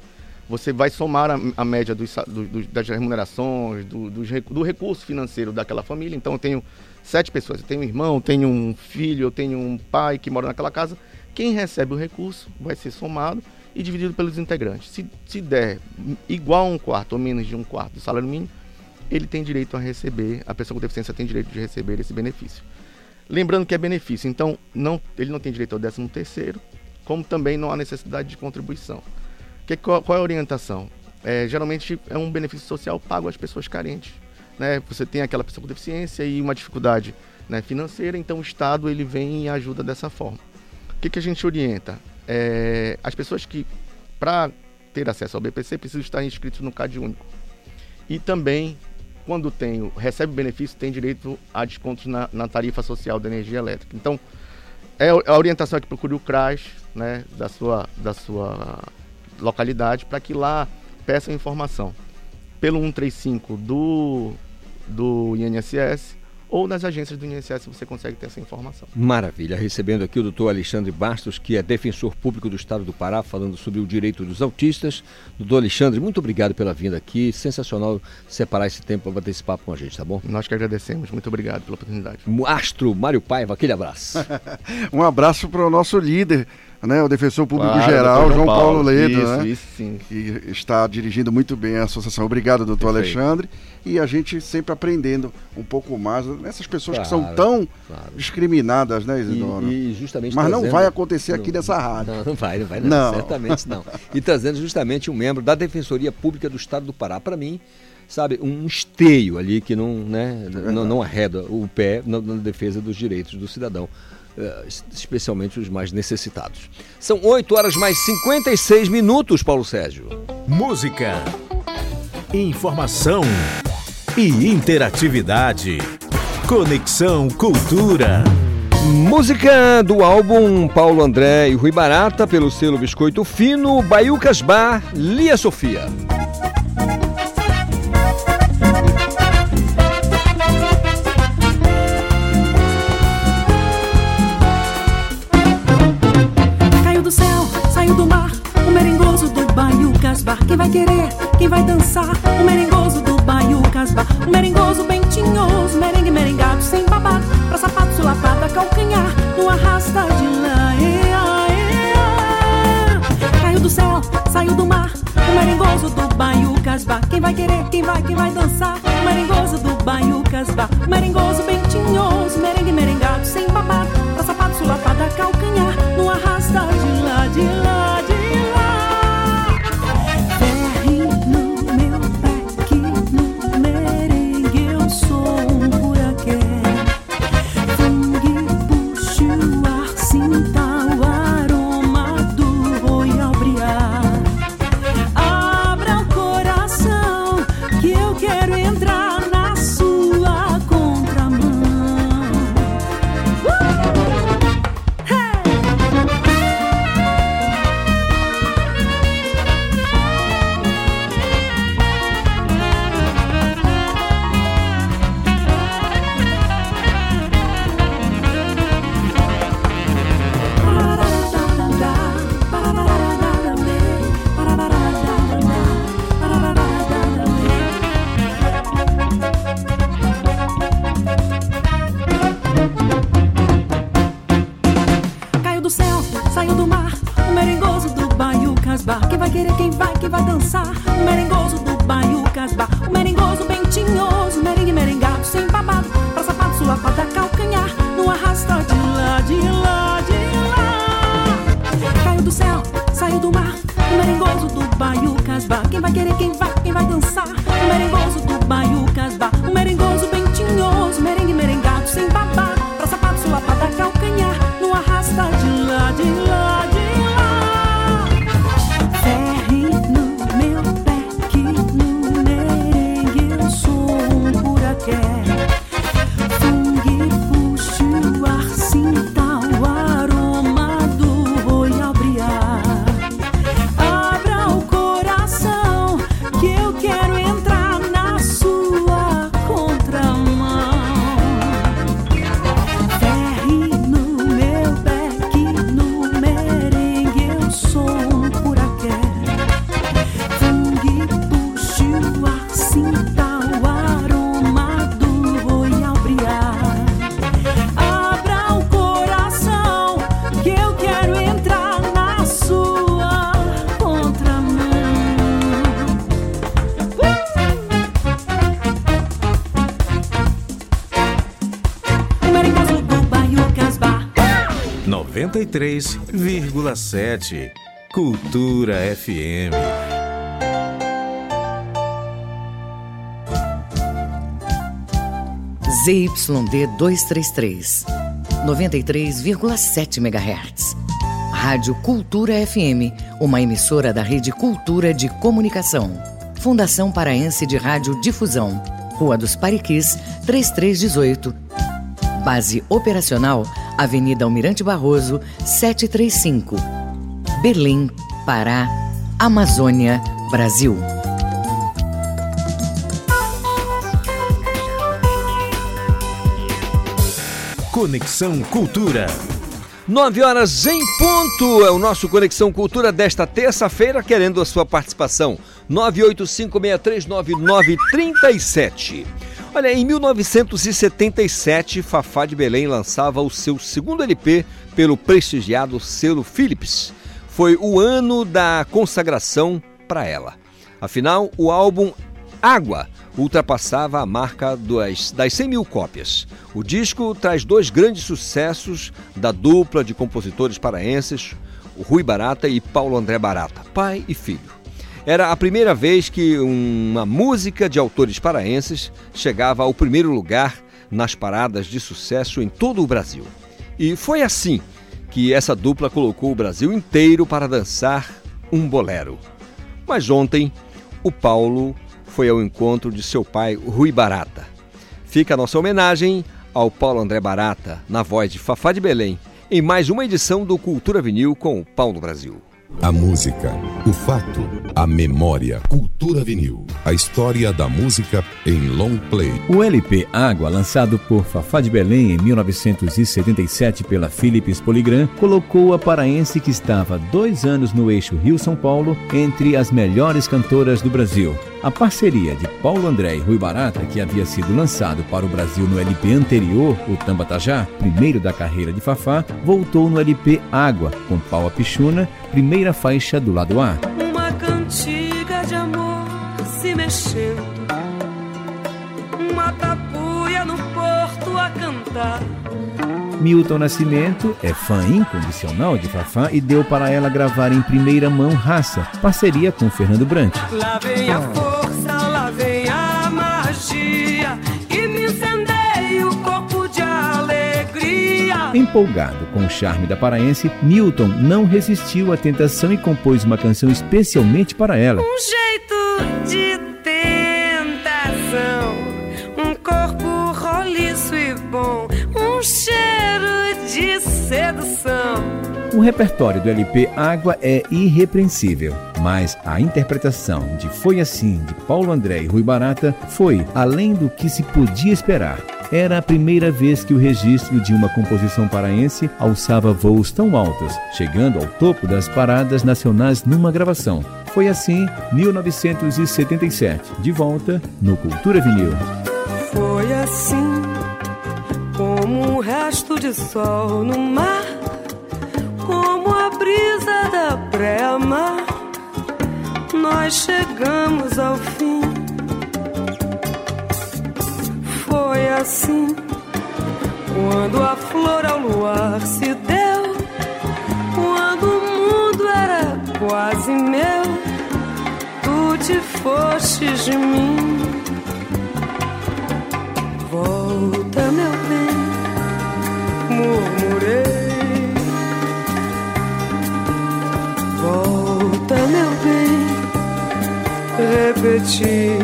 Você vai somar a média das remunerações, do recurso financeiro daquela família. Então eu tenho 7 pessoas, eu tenho um irmão, eu tenho um filho, eu tenho um pai que mora naquela casa. Quem recebe o recurso vai ser somado e dividido pelos integrantes. Se der igual a 1/4 ou menos de 1/4 do salário mínimo, ele tem direito a receber, a pessoa com deficiência tem direito de receber esse benefício. Lembrando que é benefício, então ele não tem direito ao 13º, como também não há necessidade de contribuição. Qual é a orientação? Geralmente é um benefício social pago às pessoas carentes, né? Você tem aquela pessoa com deficiência e uma dificuldade, né, financeira, então o Estado ele vem e ajuda dessa forma. O que a gente orienta? As pessoas que, para ter acesso ao BPC, precisam estar inscritos no CAD único. E também, quando recebe benefício, tem direito a descontos na tarifa social da energia elétrica. Então, a orientação é que procure o CRAS, né, da sua localidade, para que lá peça informação pelo 135 do INSS, ou nas agências do INSS você consegue ter essa informação. Maravilha. Recebendo aqui o doutor Alexandre Bastos, que é defensor público do Estado do Pará, falando sobre o direito dos autistas. Doutor Alexandre, muito obrigado pela vinda aqui. Sensacional separar esse tempo para bater esse papo com a gente, tá bom? Nós que agradecemos. Muito obrigado pela oportunidade. Astro Mário Paiva, aquele abraço. Um abraço para o nosso líder, né, o defensor público geral, João Paulo Ledo, né? Isso, sim. Que está dirigindo muito bem a associação. Obrigado, doutor Alexandre. E a gente sempre aprendendo um pouco mais nessas pessoas que são tão discriminadas, né, Isidoro? E justamente mas não vai acontecer aqui nessa rádio. Não vai, certamente não. E trazendo justamente um membro da Defensoria Pública do Estado do Pará. Para mim, sabe, um esteio ali que não arreda o pé na defesa dos direitos do cidadão. Especialmente os mais necessitados. São 8h mais 56, Paulo Sérgio. Música, informação e interatividade. Conexão Cultura. Música do álbum Paulo André e Rui Barata, pelo selo Biscoito Fino, Baiucas Bar, Lia Sofia. Quem vai querer, quem vai dançar? O merengoso do Baiucas Bar. O merengoso bem tinhoso, merengue merengado sem babado, pra sapato sulapado a calcanhar, no arrasta de lã. Caiu do céu, saiu do mar. O merengoso do Baiucas Bar. merengoso bem tinhoso, merengue merengado sem babado, pra sapato sulapada calcanhar, no arrasta de lá, de lá, de lá. Ferre no meu pé que no merengue eu sou um buraquê. Fungue, puxe o ar, sinta o aroma do royal briar. Abra o coração que eu quero entrar na sua contramão. Caiu do céu, saiu do mar, o merengoso do Baiu Casbar. Quem vai querer, quem vai dançar? O merengoso do Baiu Casbar. O merengoso bem tinhoso, merengue merengado sem babado, pra sapato sulapada calcanhar, no arrasta de lá, de lá, de lá. Caiu do céu, saiu do mar, o merengoso do Baiu Casbar. Quem vai querer, quem vai dançar? O merengoso do Baiu Casbar. O merengoso bem tinhoso, merengue merengado sem babado, pra sapato sulapada calcanhar, no arrasta de lá, de lá, de lá. Ferre no meu pé que no merengue eu sou um buraquê. Fungue, puxe o ar, sinta o aroma do royal briar. Abra o coração que eu quero entrar na sua contramão. Ferre no meu pé que no merengue eu sou um buraquê. Fungue, puxe o ar, sinta o aroma do royal briar. Abra o coração que eu quero entrar na sua contramão. O merengoso do Baiu Casbar. 93,7 Cultura FM. ZYD 233, 93,7 MHz. Rádio Cultura FM, uma emissora da Rede Cultura de Comunicação. Fundação Paraense de Rádio Difusão, Rua dos Pariquis, 3318. Base operacional, Avenida Almirante Barroso, 735. Belém, Pará, Amazônia, Brasil. Conexão Cultura. 9 horas em ponto é o nosso Conexão Cultura desta terça-feira, querendo a sua participação. 985639937. Olha, em 1977, Fafá de Belém lançava o seu segundo LP pelo prestigiado selo Philips. Foi o ano da consagração para ela. Afinal, o álbum Água ultrapassava a marca das 100 mil cópias. O disco traz dois grandes sucessos da dupla de compositores paraenses, o Rui Barata e Paulo André Barata, pai e filho. Era a primeira vez que uma música de autores paraenses chegava ao primeiro lugar nas paradas de sucesso em todo o Brasil. E foi assim que essa dupla colocou o Brasil inteiro para dançar um bolero. Mas ontem, o Paulo foi ao encontro de seu pai, Rui Barata. Fica a nossa homenagem ao Paulo André Barata, na voz de Fafá de Belém, em mais uma edição do Cultura Vinil com o Pau no Brasil. A música, o fato, a memória. Cultura Vinil. A história da música em long play. O LP Água, lançado por Fafá de Belém em 1977 pela Philips Polygram, colocou a paraense, que estava há 2 anos no eixo Rio-São Paulo, entre as melhores cantoras do Brasil. A parceria de Paulo André e Rui Barata, que havia sido lançado para o Brasil no LP anterior, o Tambatajá, primeiro da carreira de Fafá, voltou no LP Água, com Pau a Pichuna, primeira faixa do lado A. Uma cantiga de amor se mexendo, uma tapuia no povo volta. Milton Nascimento é fã incondicional de Fafá e deu para ela gravar em primeira mão Raça, parceria com Fernando Brant. Lá vem a força, lá vem a magia e me incendeia o corpo de alegria. Empolgado com o charme da paraense, Milton não resistiu à tentação e compôs uma canção especialmente para ela. Um jeito de tentação, um corpo roliço e bom, um cheiro de sedução. O repertório do LP Água é irrepreensível, mas a interpretação de Foi Assim, de Paulo André e Rui Barata, foi além do que se podia esperar. Era a primeira vez que o registro de uma composição paraense alçava voos tão altos, chegando ao topo das paradas nacionais numa gravação. Foi assim, 1977, de volta no Cultura Vinil. Foi assim, como um resto de sol no mar, como a brisa da pré-mar, nós chegamos ao fim. Foi assim, quando a flor ao luar se deu, quando o mundo era quase meu, tu te fostes de mim. Volta, meu bem, murmurei. Volta, meu bem, repeti.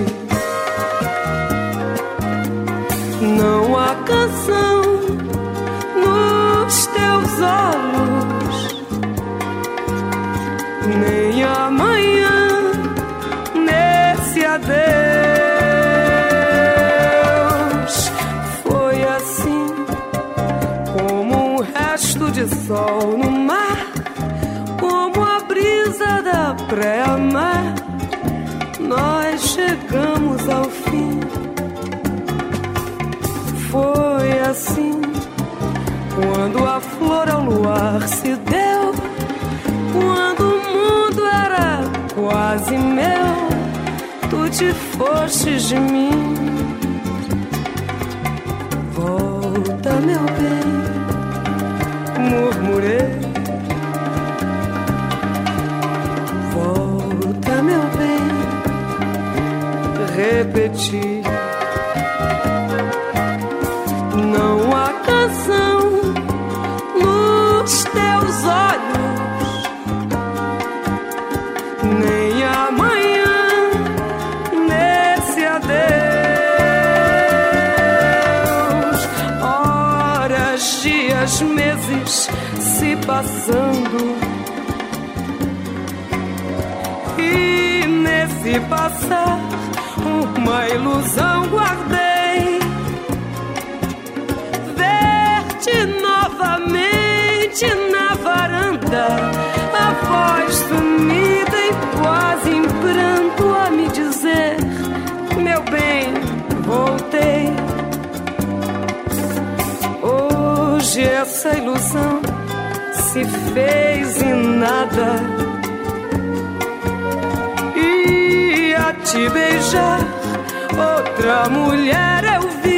Não há canção nos teus olhos, nem amanhã nesse adeus. Foi assim, como um resto de sol no mar, como a brisa da pré-mar, nós chegamos ao fim. Foi assim, quando a flor ao luar se deu, quando o mundo era quase meu, tu te fostes de mim. Volta, meu bem, murmurei. Volta, meu bem, repeti. Não há canção nos teus olhos, nem amanhã nesse adeus. Horas, dias, meses se passando, e nesse passar uma ilusão guardei. Novamente na varanda, a voz sumida e quase em pranto a me dizer: meu bem, voltei. Hoje essa ilusão se fez em nada, e a te beijar outra mulher eu vi.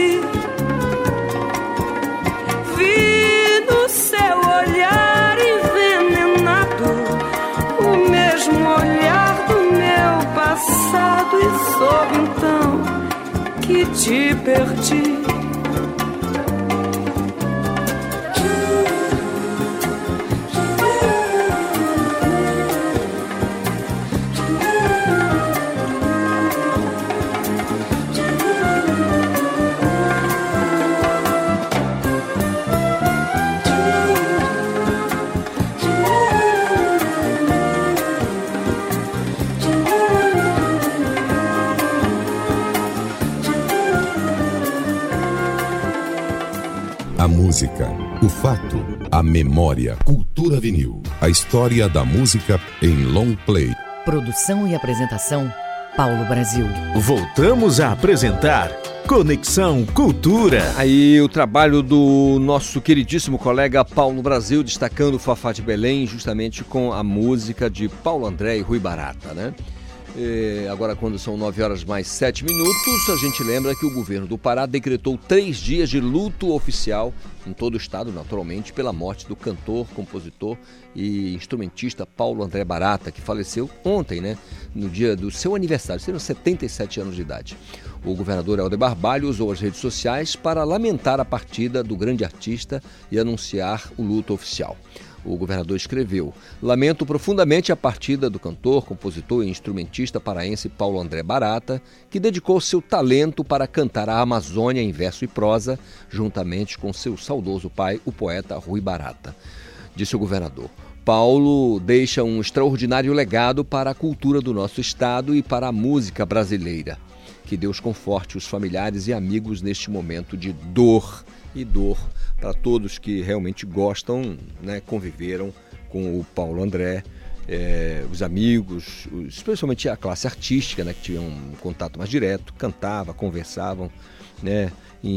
No seu olhar envenenado, o mesmo olhar do meu passado, e soube então que te perdi. A música, o fato, a memória. Cultura Vinil. A história da música em long play. Produção e apresentação, Paulo Brasil. Voltamos a apresentar Conexão Cultura. Aí o trabalho do nosso queridíssimo colega Paulo Brasil, destacando o Fafá de Belém, justamente com a música de Paulo André e Rui Barata, né? Agora, quando são 9h mais 7 minutos, a gente lembra que o governo do Pará decretou 3 dias de luto oficial em todo o estado, naturalmente, pela morte do cantor, compositor e instrumentista Paulo André Barata, que faleceu ontem, né, no dia do seu aniversário, seriam 77 anos de idade. O governador Helder Barbalho usou as redes sociais para lamentar a partida do grande artista e anunciar o luto oficial. O governador escreveu: lamento profundamente a partida do cantor, compositor e instrumentista paraense Paulo André Barata, que dedicou seu talento para cantar a Amazônia em verso e prosa, juntamente com seu saudoso pai, o poeta Rui Barata. Disse o governador: Paulo deixa um extraordinário legado para a cultura do nosso estado e para a música brasileira. Que Deus conforte os familiares e amigos neste momento de dor para todos que realmente gostam, né, conviveram com o Paulo André, os amigos, especialmente a classe artística, né, que tinham um contato mais direto, cantavam, conversavam, né.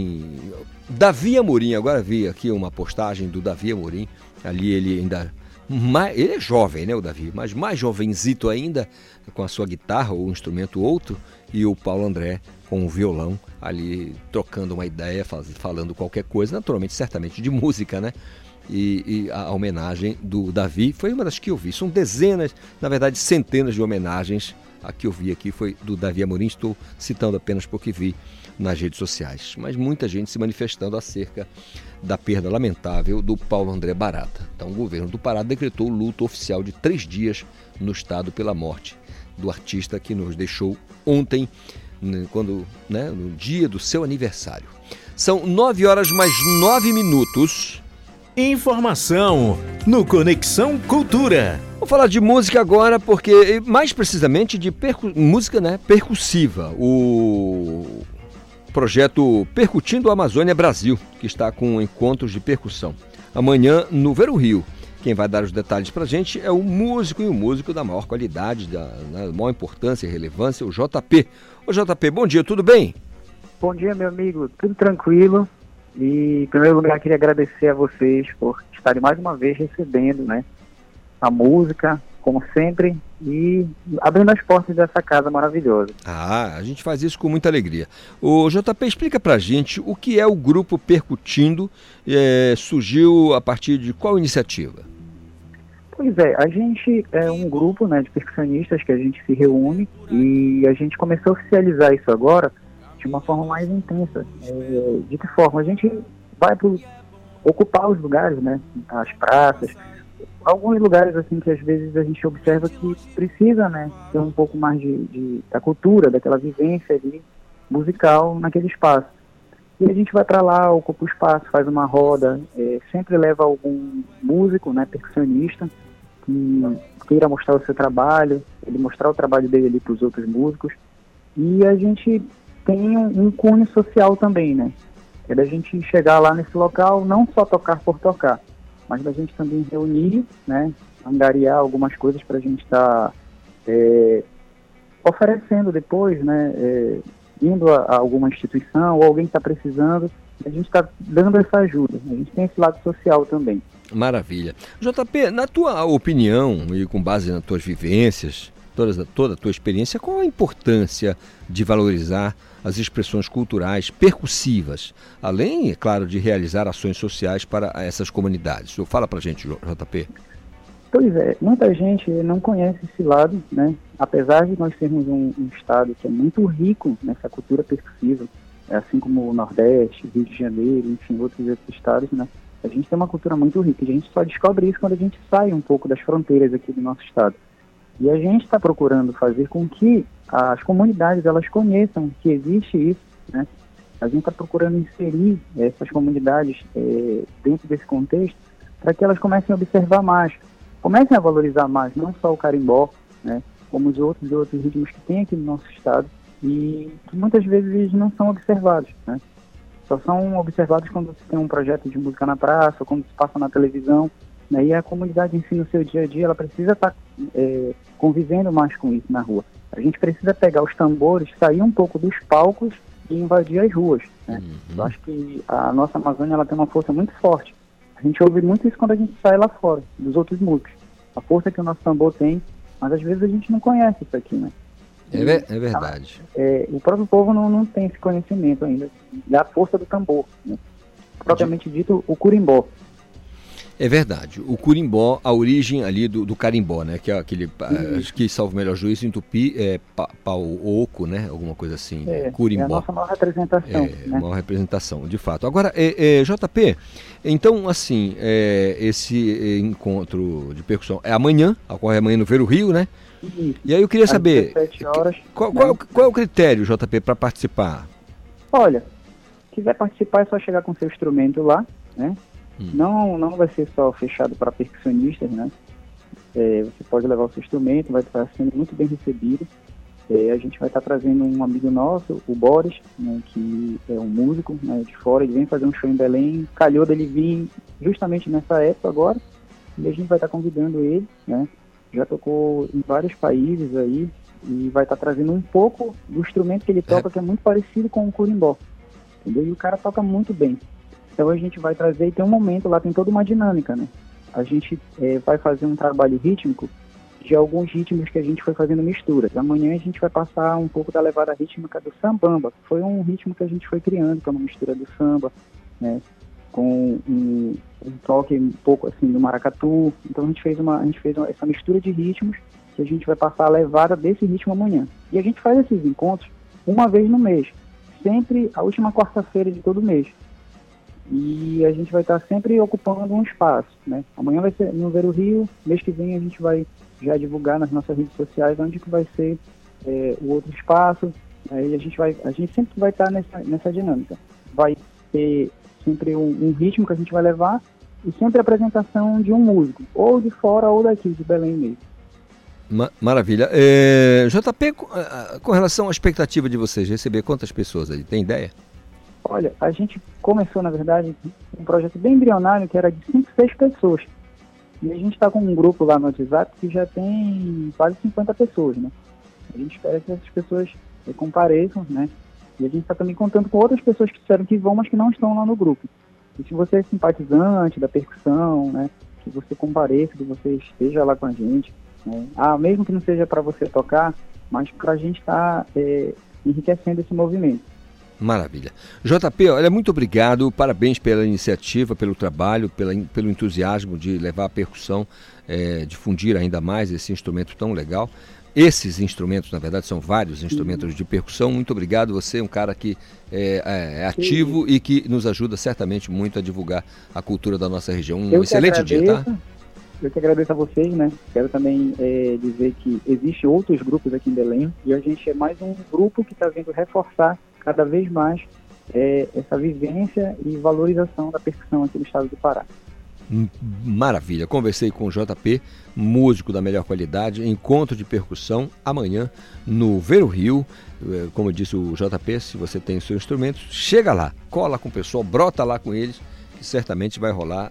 Davi Amorim, agora vi aqui uma postagem do Davi Amorim, ali ele ainda... Ele é jovem, né, o Davi, mas mais jovenzito ainda, com a sua guitarra ou um instrumento outro, e o Paulo André com o violão ali trocando uma ideia, falando qualquer coisa, naturalmente, certamente de música, né? E a homenagem do Davi foi uma das que eu vi. São dezenas, na verdade centenas de homenagens. A que eu vi aqui foi do Davi Amorim, estou citando apenas porque vi nas redes sociais. Mas muita gente se manifestando acerca da perda lamentável do Paulo André Barata. Então o governo do Pará decretou luto oficial de 3 dias no estado pela morte do artista que nos deixou ontem, no dia do seu aniversário. São 9h mais 9 minutos. Informação no Conexão Cultura. Vou falar de música agora, porque mais precisamente de música, né, percussiva. O projeto Percutindo a Amazônia Brasil, que está com encontros de percussão. Amanhã no Ver o Rio. Quem vai dar os detalhes pra gente é o músico da maior qualidade, da maior importância e relevância, o JP. Ô JP, bom dia, tudo bem? Bom dia, meu amigo, tudo tranquilo. E, em primeiro lugar, queria agradecer a vocês por estarem mais uma vez recebendo, né, a música, como sempre, e abrindo as portas dessa casa maravilhosa. A gente faz isso com muita alegria. O JP, explica pra gente o que é o grupo Percutindo, surgiu a partir de qual iniciativa? Pois é, a gente é um grupo, né, de percussionistas que a gente se reúne e a gente começou a oficializar isso agora de uma forma mais intensa. De que forma? A gente vai ocupar os lugares, né, as praças, alguns lugares assim que às vezes a gente observa que precisa, né, ter um pouco mais da cultura, daquela vivência ali musical naquele espaço. E a gente vai para lá, ocupa o espaço, faz uma roda, sempre leva algum músico, né, percussionista, que queira mostrar o seu trabalho, ele mostrar o trabalho dele ali para os outros músicos. E a gente tem um cunho social também, né? É da gente chegar lá nesse local, não só tocar por tocar, mas da gente também reunir, né, angariar algumas coisas para a gente estar oferecendo depois, né, indo a alguma instituição ou alguém que está precisando, a gente está dando essa ajuda. A gente tem esse lado social também. Maravilha. JP, na tua opinião e com base nas tuas vivências, toda a tua experiência, qual a importância de valorizar as expressões culturais percussivas, além, é claro, de realizar ações sociais para essas comunidades? Fala pra gente, JP. Pois é, muita gente não conhece esse lado, né? Apesar de nós termos um estado que é muito rico nessa cultura percussiva, assim como o Nordeste, Rio de Janeiro, enfim, outros estados, né? A gente tem uma cultura muito rica, e a gente só descobre isso quando a gente sai um pouco das fronteiras aqui do nosso estado. E a gente está procurando fazer com que as comunidades elas conheçam que existe isso, né? A gente está procurando inserir essas comunidades dentro desse contexto para que elas comecem a observar mais, comecem a valorizar mais, não só o carimbó, né, como os outros ritmos que tem aqui no nosso estado e que muitas vezes não são observados, né? Só são observados quando se tem um projeto de música na praça ou quando se passa na televisão, né? E a comunidade em si, no seu dia a dia, ela precisa estar convivendo mais com isso na rua. A gente precisa pegar os tambores, sair um pouco dos palcos e invadir as ruas, né? Eu acho que a nossa Amazônia ela tem uma força muito forte. A gente ouve muito isso quando a gente sai lá fora, dos outros músicos. A força que o nosso tambor tem, mas às vezes a gente não conhece isso aqui, né? É verdade. O próprio povo não tem esse conhecimento ainda da força do tambor, né? Propriamente dito, o curimbó. É verdade. O curimbó, a origem ali do carimbó, né? Que é aquele, acho que, salvo o melhor juízo, em tupi, pau-oco, né? Alguma coisa assim. Curimbó. É a nossa maior representação. Né? Maior representação, de fato. Agora, JP, então, assim, esse encontro de percussão é amanhã, ocorre amanhã no Ver o Rio, né? Isso. E aí eu queria saber, 17 horas, qual é o critério, JP, para participar? Olha, se quiser participar é só chegar com seu instrumento lá, né? Não vai ser só fechado para percussionistas, né? Você pode levar o seu instrumento, vai estar sendo muito bem recebido. A gente vai estar trazendo um amigo nosso, o Boris, né, que é um músico, né, de fora. Ele vem fazer um show em Belém, calhou dele vir justamente nessa época agora, e a gente vai estar convidando ele, né? Já tocou em vários países aí, e vai estar trazendo um pouco do instrumento que ele toca, que é muito parecido com o curimbó, entendeu? E o cara toca muito bem. Então a gente vai trazer, e tem um momento lá, tem toda uma dinâmica, né? A gente vai fazer um trabalho rítmico de alguns ritmos que a gente foi fazendo misturas. Amanhã a gente vai passar um pouco da levada rítmica do sambamba, que foi um ritmo que a gente foi criando, que é uma mistura do samba, né? Com um toque um pouco assim do maracatu. Então a gente fez essa mistura de ritmos que a gente vai passar a levada desse ritmo amanhã. E a gente faz esses encontros uma vez no mês, sempre a última quarta-feira de todo mês. E a gente vai estar sempre ocupando um espaço, né? Amanhã vai ser no Ver o Rio, mês que vem a gente vai já divulgar nas nossas redes sociais onde que vai ser o outro espaço. Aí a gente sempre vai estar nessa dinâmica. Vai ter sempre um ritmo que a gente vai levar e sempre a apresentação de um músico, ou de fora ou daqui, de Belém mesmo. Maravilha. JP, com relação à expectativa de vocês, receber quantas pessoas aí? Tem ideia? Olha, a gente começou, na verdade, um projeto bem embrionário, que era de 5, 6 pessoas. E a gente está com um grupo lá no WhatsApp que já tem quase 50 pessoas, né? A gente espera que essas pessoas compareçam, né? E a gente está também contando com outras pessoas que disseram que vão, mas que não estão lá no grupo. E se você é simpatizante da percussão, né? Que você compareça, que você esteja lá com a gente, né? Mesmo que não seja para você tocar, mas para a gente estar enriquecendo esse movimento. Maravilha. JP, olha, muito obrigado, parabéns pela iniciativa, pelo trabalho, pelo entusiasmo de levar a percussão, difundir ainda mais esse instrumento tão legal. Esses instrumentos, na verdade, são vários instrumentos de percussão. Muito obrigado, você é um cara que é ativo e que nos ajuda certamente muito a divulgar a cultura da nossa região. Um excelente dia, tá? Eu que agradeço a vocês, né? Quero também dizer que existem outros grupos aqui em Belém e a gente é mais um grupo que está vindo reforçar cada vez mais essa vivência e valorização da percussão aqui no estado do Pará. Maravilha, conversei com o JP, músico da melhor qualidade, encontro de percussão amanhã no Ver o Rio. Como disse o JP, se você tem o seu instrumento, chega lá, cola com o pessoal, brota lá com eles, que certamente vai rolar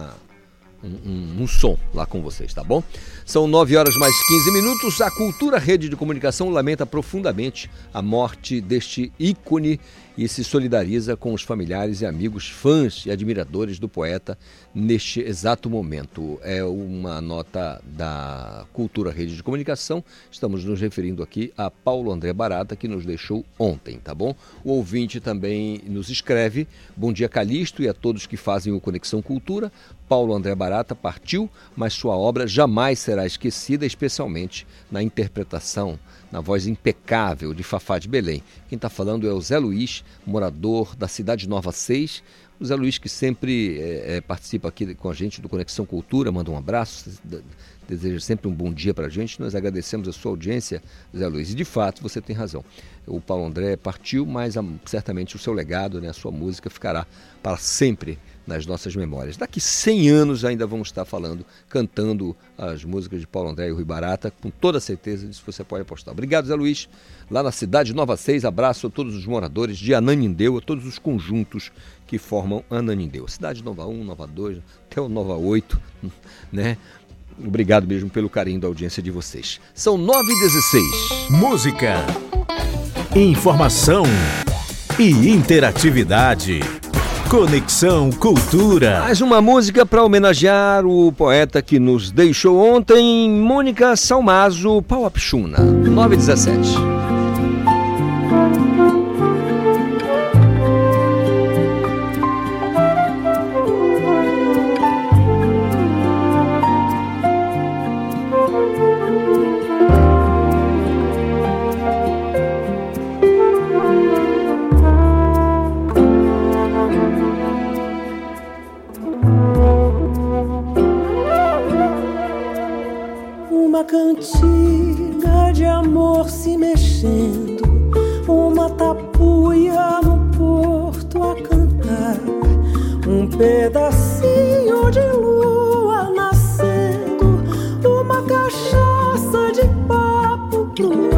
um som lá com vocês, tá bom? São 9 horas mais 15 minutos. A Cultura Rede de Comunicação lamenta profundamente a morte deste ícone e se solidariza com os familiares e amigos, fãs e admiradores do poeta neste exato momento. É uma nota da Cultura Rede de Comunicação. Estamos nos referindo aqui a Paulo André Barata, que nos deixou ontem, tá bom? O ouvinte também nos escreve: bom dia, Calixto, e a todos que fazem o Conexão Cultura. Paulo André Barata partiu, mas sua obra jamais será esquecida, especialmente na interpretação, na voz impecável de Fafá de Belém. Quem está falando é o Zé Luiz, morador da Cidade Nova 6. O Zé Luiz, que sempre participa aqui com a gente do Conexão Cultura, manda um abraço, deseja sempre um bom dia para a gente. Nós agradecemos a sua audiência, Zé Luiz. E de fato, você tem razão. O Paulo André partiu, mas certamente o seu legado, né, a sua música ficará para sempre nas nossas memórias. Daqui 100 anos ainda vamos estar falando, cantando as músicas de Paulo André e Rui Barata, com toda certeza disso você pode apostar. Obrigado, Zé Luiz. Lá na Cidade Nova 6, abraço a todos os moradores de Ananindeua, a todos os conjuntos que formam Ananindeua. Cidade Nova 1, Nova 2, até o Nova 8, né? Obrigado mesmo pelo carinho da audiência de vocês. São 9h16. Música, informação e interatividade. Conexão Cultura. Mais uma música para homenagear o poeta que nos deixou ontem, Mônica Salmazo, Pau a Pichuna, 9h17. Uma cantiga de amor se mexendo, uma tapuia no porto a cantar, um pedacinho de lua nascendo, uma cachaça de papo pro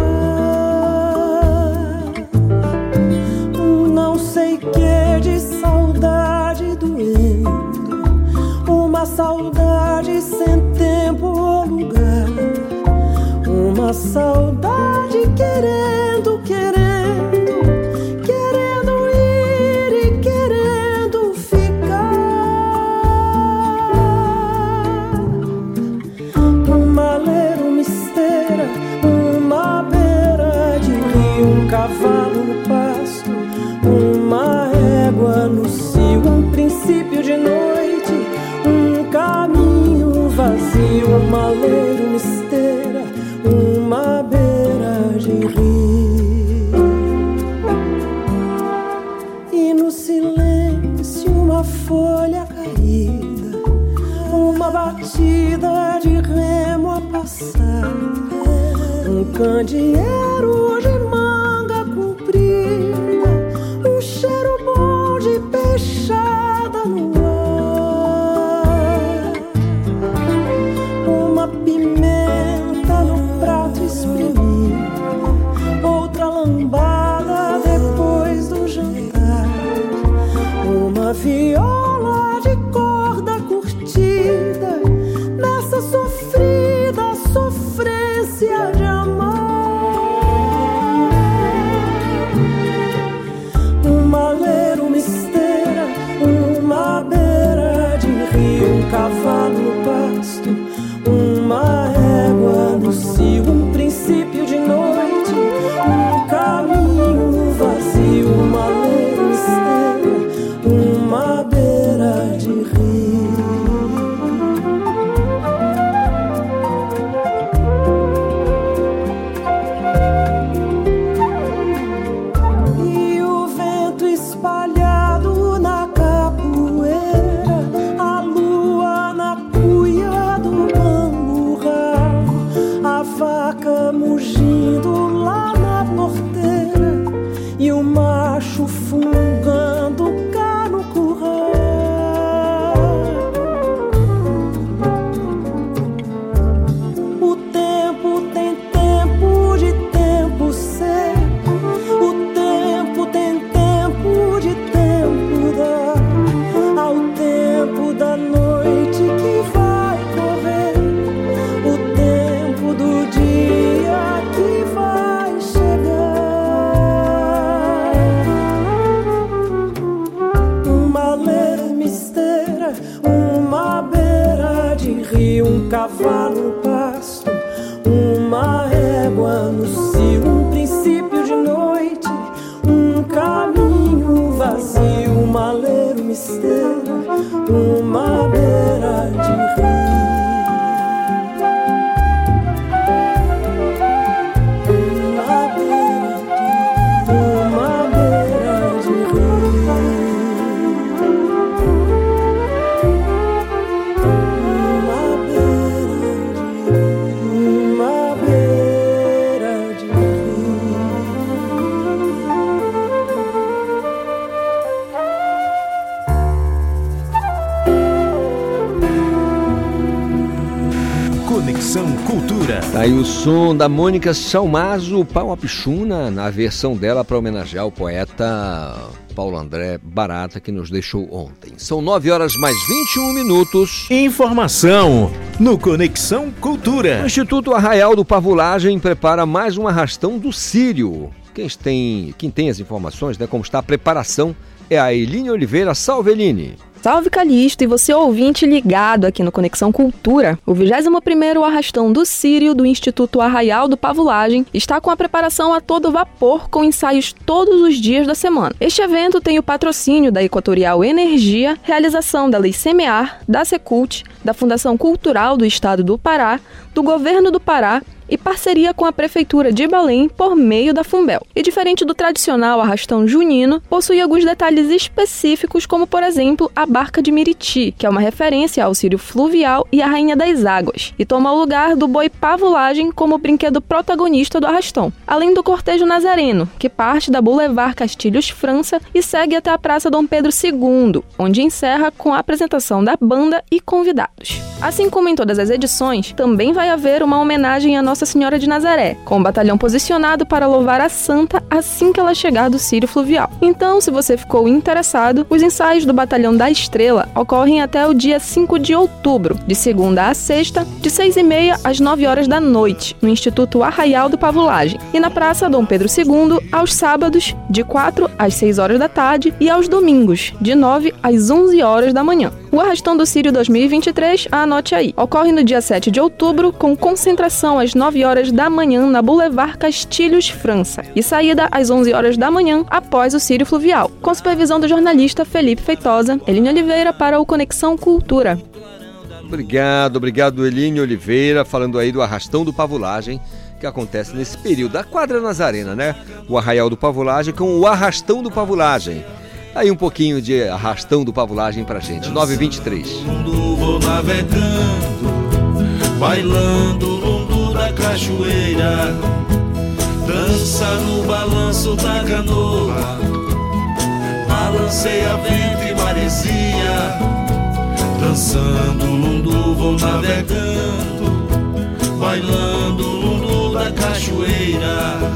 ar, não sei que de saudade doendo, uma saudade sem tempo ou lugar, uma saudade querendo, querendo, querendo ir e querendo ficar. Uma leira, uma esteira, uma beira de rio, um cavalo no pasto, uma égua no cio, um princípio de noite, um caminho vazio, uma leira, uma esteira, uma beira de rio. E no silêncio uma folha caída, uma batida de remo a passar, um candeeiro de manga comprida, um cheiro bom de peixada no ar, uma pimenta no prato espremido, outra lambada depois do jantar, uma viola de corda curtida nessa sofrida sofrência de amar. Uma leira, uma esteira, uma beira de rio, um cavalo no pasto, uma égua no cio, um princípio de noite, um caminho vazio, uma leira, uma esteira, uma beira de rio. E o vento espalhado na capoeira, a lua na cuia do bamburral, a vaca mugindo lá na porteira e o macho fungando cá no curral. O tempo tem tempo de tempo seco, o tempo tem tempo de tempo dar, ao tempo da noite que vai correr, o tempo do dia que vai chegar. Uma leira, uma esteira, uma beira de rio, um cavalo no pasto, uma égua no cio, um princípio de noite, um caminho vazio, uma leira, uma esteira, uma beira de rio. Uma beira de rio. Uma beira de Conexão Cultura. Aí o som da Mônica Salmazo, Pau a Pichuna, na versão dela para homenagear o poeta Paulo André Barata, que nos deixou ontem. São 9h mais 21 minutos. Informação no Conexão Cultura. O Instituto Arraial do Pavulagem prepara mais um arrastão do Sírio. Quem tem as informações, né, como está a preparação é a Eline Oliveira. Salve, Eline! Salve, Calixto, e você ouvinte ligado aqui no Conexão Cultura. O 21º Arrastão do Círio do Instituto Arraial do Pavulagem está com a preparação a todo vapor, com ensaios todos os dias da semana. Este evento tem o patrocínio da Equatorial Energia, realização da Lei Semear, da Secult, da Fundação Cultural do Estado do Pará, do Governo do Pará e parceria com a Prefeitura de Belém por meio da Fumbel. E diferente do tradicional arrastão junino, possui alguns detalhes específicos, como por exemplo a barca de Miriti, que é uma referência ao círio fluvial e à Rainha das Águas, e toma o lugar do boi pavulagem como brinquedo protagonista do arrastão, além do cortejo nazareno, que parte da Boulevard Castilhos França e segue até a Praça Dom Pedro II, onde encerra com a apresentação da banda e convidados. Assim como em todas as edições, também vai haver uma homenagem à Nossa Senhora de Nazaré, com o batalhão posicionado para louvar a santa assim que ela chegar do círio fluvial. Então, se você ficou interessado, os ensaios do Batalhão da Estrela ocorrem até o dia 5 de outubro, de segunda a sexta, de 6h30 às 9 horas da noite, no Instituto Arraial do Pavulagem, e na Praça Dom Pedro II, aos sábados, de 4 às 6 horas da tarde, e aos domingos, de 9 às 11 horas da manhã. O Arrastão do Círio 2023, anote aí, ocorre no dia 7 de outubro, com concentração às 9 horas da manhã na Boulevard Castilhos França e saída às 11 horas da manhã após o círio fluvial, com supervisão do jornalista Felipe Feitosa. Eline Oliveira para o Conexão Cultura. Obrigado Eline Oliveira, falando aí do Arrastão do Pavulagem, que acontece nesse período, da Quadra Nazarena, né? O Arraial do Pavulagem com o Arrastão do Pavulagem. Aí um pouquinho de Arrastão do Pavulagem pra gente, 9h23. Vou navegando, bailando lundu da cachoeira, dança no balanço da canoa, balanceia vento e maresia, dançando lundu vou navegando, bailando lundu da cachoeira.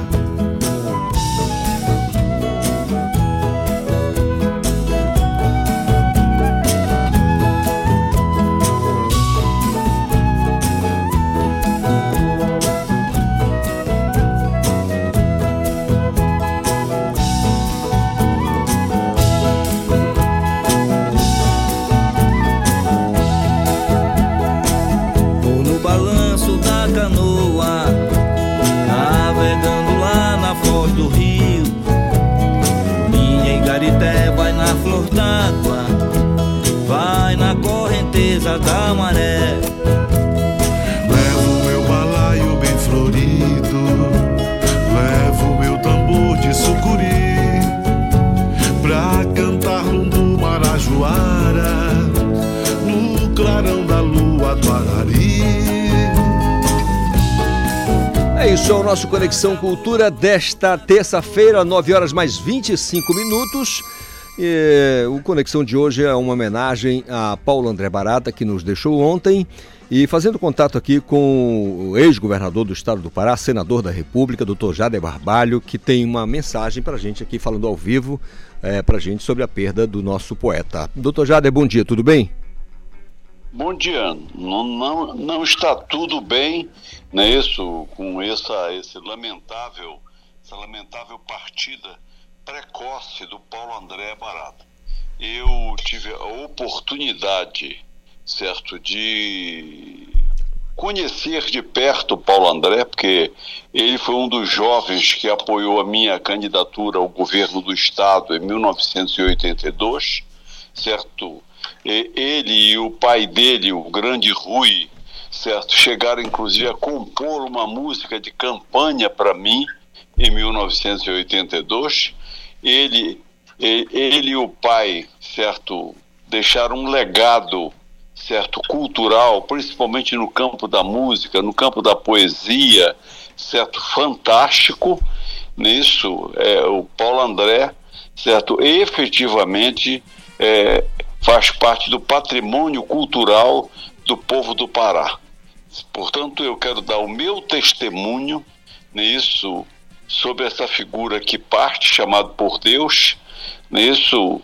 Vai na flor d'água, vai na correnteza da maré. Levo meu balaio bem florido, levo meu tambor de sucuri, pra cantar lundu marajoara, no clarão da lua do Arari. É isso, é o nosso Conexão Cultura desta terça-feira, 9 horas mais 25 minutos. E o Conexão de hoje é uma homenagem a Paulo André Barata, que nos deixou ontem, e fazendo contato aqui com o ex-governador do estado do Pará, senador da República, Dr. Jader Barbalho, que tem uma mensagem para a gente aqui, falando ao vivo para a gente sobre a perda do nosso poeta. Dr. Jader, bom dia, tudo bem? Bom dia, não está tudo bem, né, isso, com essa lamentável partida precoce do Paulo André Barata. Eu tive a oportunidade, certo, de conhecer de perto o Paulo André, porque ele foi um dos jovens que apoiou a minha candidatura ao governo do estado em 1982, certo? Ele e o pai dele, o grande Rui, certo, chegaram inclusive a compor uma música de campanha para mim em 1982. Ele e o pai, certo, deixaram um legado, certo, cultural, principalmente no campo da música, no campo da poesia, certo, fantástico. Nisso, o Paulo André, certo, efetivamente faz parte do patrimônio cultural do povo do Pará. Portanto, eu quero dar o meu testemunho nisso, sobre essa figura que parte, chamado por Deus, nisso,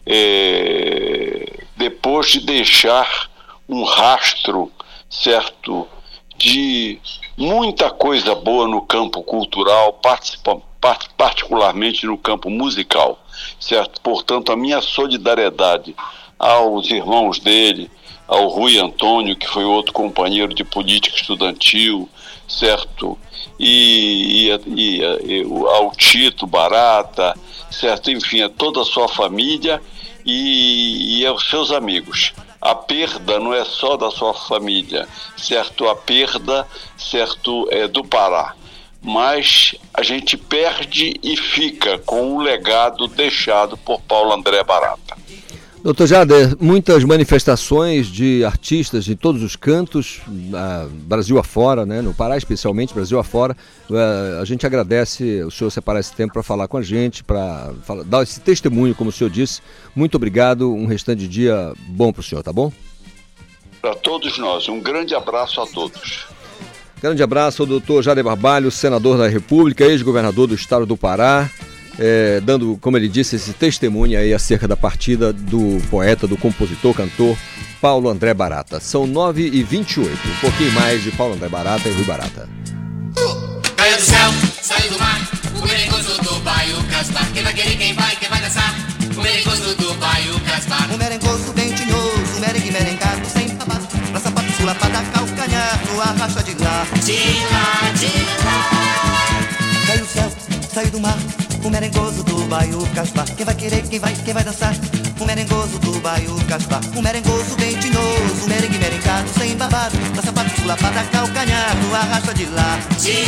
depois de deixar um rastro, certo, de muita coisa boa no campo cultural, particularmente no campo musical. certo? Portanto, a minha solidariedade aos irmãos dele, ao Rui Antônio, que foi outro companheiro de política estudantil, certo? E ao Tito Barata, certo? Enfim, a toda a sua família e aos seus amigos. A perda não é só da sua família, certo? A perda, certo, é do Pará. Mas a gente perde e fica com o legado deixado por Paulo André Barata. Doutor Jader, muitas manifestações de artistas de todos os cantos, Brasil afora, né? No Pará especialmente, Brasil afora. A gente agradece o senhor separar esse tempo para falar com a gente, para dar esse testemunho, como o senhor disse. Muito obrigado, um restante de dia bom para o senhor, tá bom? Para todos nós, um grande abraço a todos. Grande abraço ao doutor Jader Barbalho, senador da República, ex-governador do estado do Pará, dando, como ele disse, esse testemunho aí acerca da partida do poeta, do compositor, cantor Paulo André Barata. São 9h28, um pouquinho mais de Paulo André Barata e Rui Barata. Caiu do céu, saiu do mar, o merengoso do Baio Casbar. Quem vai querer, quem vai dançar? O merengoso do Baio Casbar. Um merengoso bem tinhoso, merengue merengado, sem sapato, pra sapato sulapata, calcanhar, no arracha de lá. De lá. Caiu do céu, saiu do mar, o merengoso do Baio Casbar. Quem vai querer, quem vai dançar? O merengoso do Baio Casbar. Um merengoso bem tinhoso, merengue merengado, sem babado, pra sapato sulapata, calcanhar, no arracha de lá. De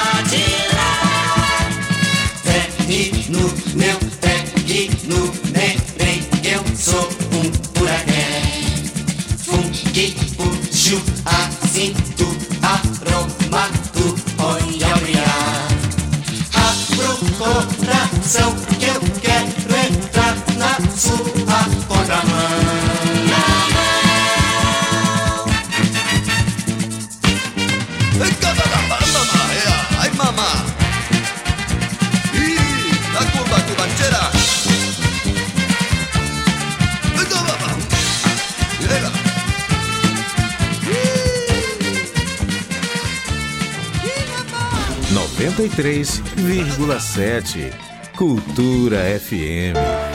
lá. Pegue no meu, pegue no merengue, eu sou um huragué. Fungue, puxo, assinto, aromado, olha, olha. Abro o coração que eu quero entrar na sua contramão. Ai, mamá. Ih, a curva cubanchera. Mira. 93,7 Cultura FM.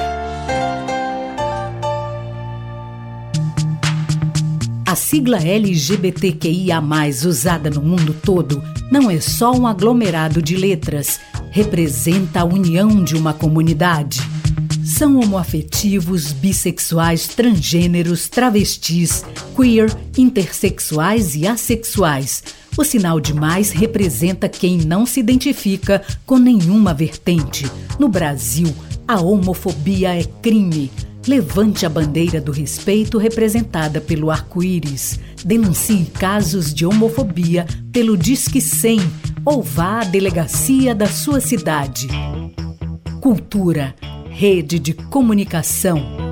A sigla LGBTQIA+, usada no mundo todo, não é só um aglomerado de letras, representa a união de uma comunidade. São homoafetivos, bissexuais, transgêneros, travestis, queer, intersexuais e assexuais. O sinal de mais representa quem não se identifica com nenhuma vertente. No Brasil, a homofobia é crime. Levante a bandeira do respeito representada pelo arco-íris. Denuncie casos de homofobia pelo Disque 100 ou vá à delegacia da sua cidade. Cultura, rede de comunicação.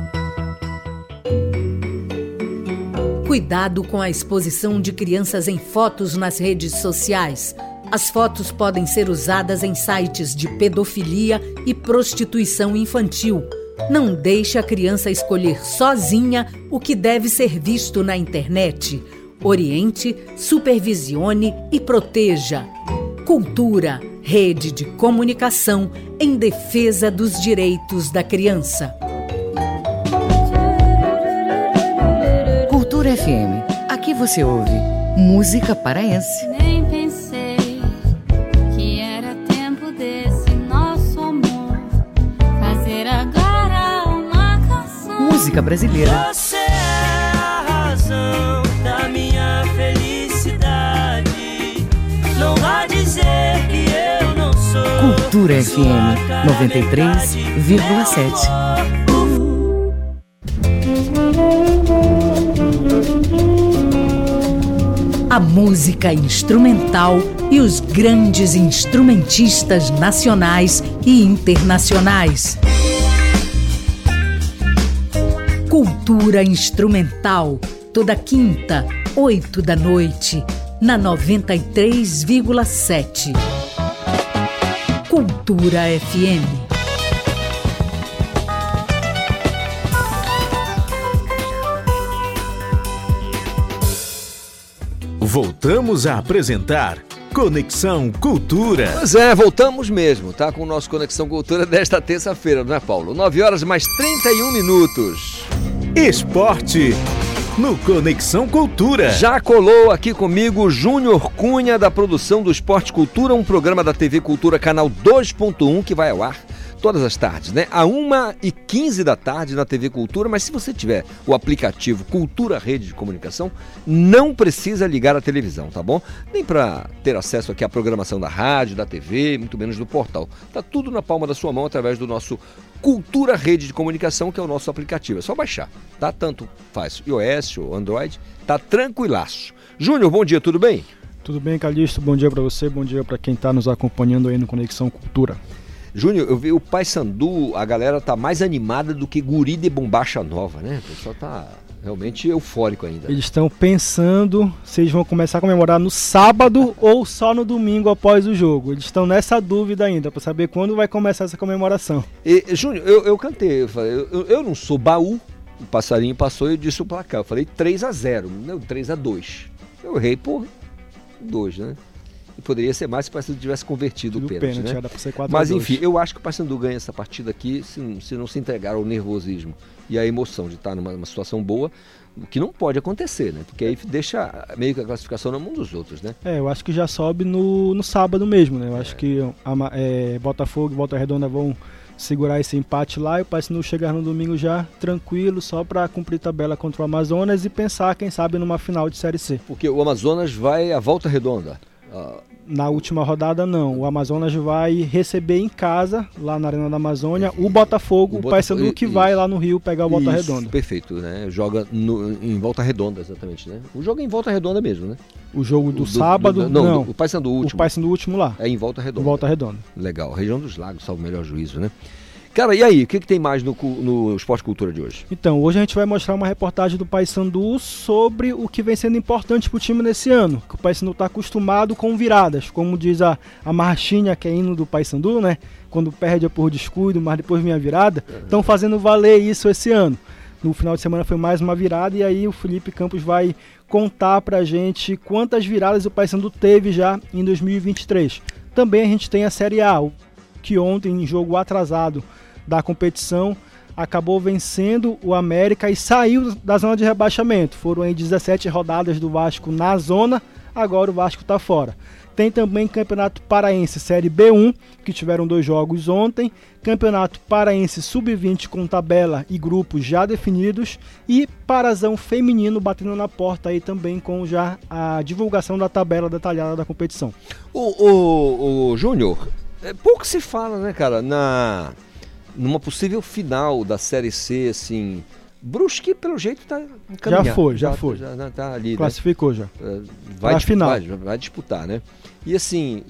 Cuidado com a exposição de crianças em fotos nas redes sociais. As fotos podem ser usadas em sites de pedofilia e prostituição infantil. Não deixe a criança escolher sozinha o que deve ser visto na internet. Oriente, supervisione e proteja. Cultura, rede de comunicação em defesa dos direitos da criança. Cultura FM. Aqui você ouve música paraense. Nem pensei que era tempo desse nosso amor fazer agora uma canção. Música brasileira. Você é a razão da minha felicidade. Não vá dizer que eu não sou. Cultura FM 93,7. A música instrumental e os grandes instrumentistas nacionais e internacionais. Cultura instrumental, toda quinta, 8 da noite, na 93,7. Cultura FM. Voltamos a apresentar Conexão Cultura. Pois é, voltamos mesmo, tá? Com o nosso Conexão Cultura desta terça-feira, não é, Paulo? 9 horas mais 31 minutos. Esporte no Conexão Cultura. Já colou aqui comigo o Júnior Cunha, da produção do Esporte Cultura, um programa da TV Cultura, canal 2.1, que vai ao ar todas as tardes, né? A 1h15 da tarde na TV Cultura, mas se você tiver o aplicativo Cultura Rede de Comunicação, não precisa ligar a televisão, tá bom? Nem para ter acesso aqui à programação da rádio, da TV, muito menos do portal. Tá tudo na palma da sua mão através do nosso Cultura Rede de Comunicação, que é o nosso aplicativo. É só baixar, tá? Tanto faz iOS ou Android, tá tranquilaço. Júnior, bom dia, tudo bem? Tudo bem, Calixto, bom dia para você, bom dia para quem tá nos acompanhando aí no Conexão Cultura. Júnior, eu vi o Paysandu, a galera tá mais animada do que guri de bombacha nova, né? O pessoal tá realmente eufórico ainda. Eles estão pensando se eles vão começar a comemorar no sábado ou só no domingo após o jogo. Eles estão nessa dúvida ainda, para saber quando vai começar essa comemoração. E, Júnior, eu cantei, eu não sou baú, o passarinho passou e eu disse o placar. Eu falei 3-0, não, 3-2. Eu errei por 2, né? E poderia ser mais se o Paysandu tivesse convertido o pênalti, né? Era pra ser 4-2. Mas enfim, eu acho que o Paysandu ganha essa partida aqui se não se entregar ao nervosismo e à emoção de estar numa situação boa, o que não pode acontecer, né? Porque aí deixa meio que a classificação na mão dos outros, né? Eu acho que já sobe no sábado mesmo, né? Eu acho que Botafogo e Volta Redonda vão segurar esse empate lá e o Paysandu chegar no domingo já tranquilo, só para cumprir tabela contra o Amazonas e pensar, quem sabe, numa final de Série C. Porque o Amazonas vai à Volta Redonda. Na última rodada não, o Amazonas vai receber em casa, lá na Arena da Amazônia, o Botafogo, o Paysandu que vai lá no Rio pegar o Volta Redonda. Perfeito, né? Joga em Volta Redonda, exatamente, né? O jogo é em Volta Redonda mesmo, né? O jogo do sábado, não. O Paysandu último. O Paysandu último lá. É em Volta Redonda. Volta Redonda. Legal, região dos Lagos, salvo o melhor juízo, né? Cara, e aí, o que tem mais no Esporte Cultura de hoje? Então, hoje a gente vai mostrar uma reportagem do Paysandu sobre o que vem sendo importante para o time nesse ano. Que o Paysandu está acostumado com viradas, como diz a marchinha, que é hino do Paysandu, né? Quando perde é por descuido, mas depois vem a virada. Estão fazendo valer isso esse ano. No final de semana foi mais uma virada e aí o Felipe Campos vai contar pra gente quantas viradas o Paysandu teve já em 2023. Também a gente tem a Série A, que ontem, em jogo atrasado da competição, acabou vencendo o América e saiu da zona de rebaixamento. Foram aí 17 rodadas do Vasco na zona, agora o Vasco está fora. Tem também Campeonato Paraense Série B1, que tiveram 2 jogos ontem, Campeonato Paraense Sub-20 com tabela e grupos já definidos e Parazão Feminino batendo na porta aí também com já a divulgação da tabela detalhada da competição. O Júnior, pouco se fala, né, cara, numa possível final da Série C, assim. Brusque, pelo jeito, tá encaminhado. Já foi. Já tá ali, classificou, né? Já. Vai final. Vai disputar, né? E assim,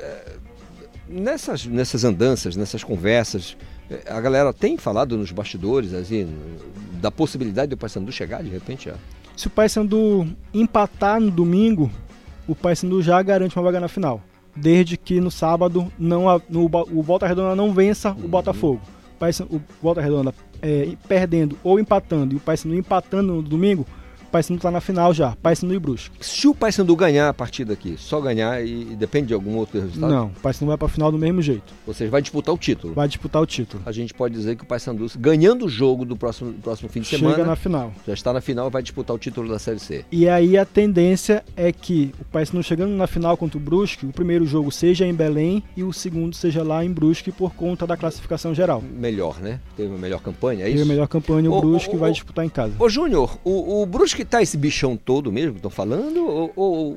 nessas andanças, nessas conversas, a galera tem falado nos bastidores, assim, da possibilidade do Paysandu chegar, de repente, já. Se o Paysandu empatar no domingo, o Paysandu já garante uma vaga na final. Desde que no sábado o Volta Redonda não vença o Botafogo. O Volta Redonda perdendo ou empatando e o Paysandu empatando no domingo, o Paysandu está na final já, Paysandu e Brusque. Se o Paysandu ganhar a partida aqui, só ganhar e depende de algum outro resultado? Não, o Paysandu vai para a final do mesmo jeito. Ou seja, vai disputar o título? Vai disputar o título. A gente pode dizer que o Paysandu, ganhando o jogo do próximo fim de semana, chega na final. Já está na final e vai disputar o título da Série C. E aí a tendência é que o Paysandu chegando na final contra o Brusque, o primeiro jogo seja em Belém e o segundo seja lá em Brusque por conta da classificação geral. Melhor, né? Teve uma melhor campanha, é isso? Teve a melhor campanha, o Brusque vai disputar em casa. Ô Júnior, o Brusque tá esse bichão todo mesmo que estão falando?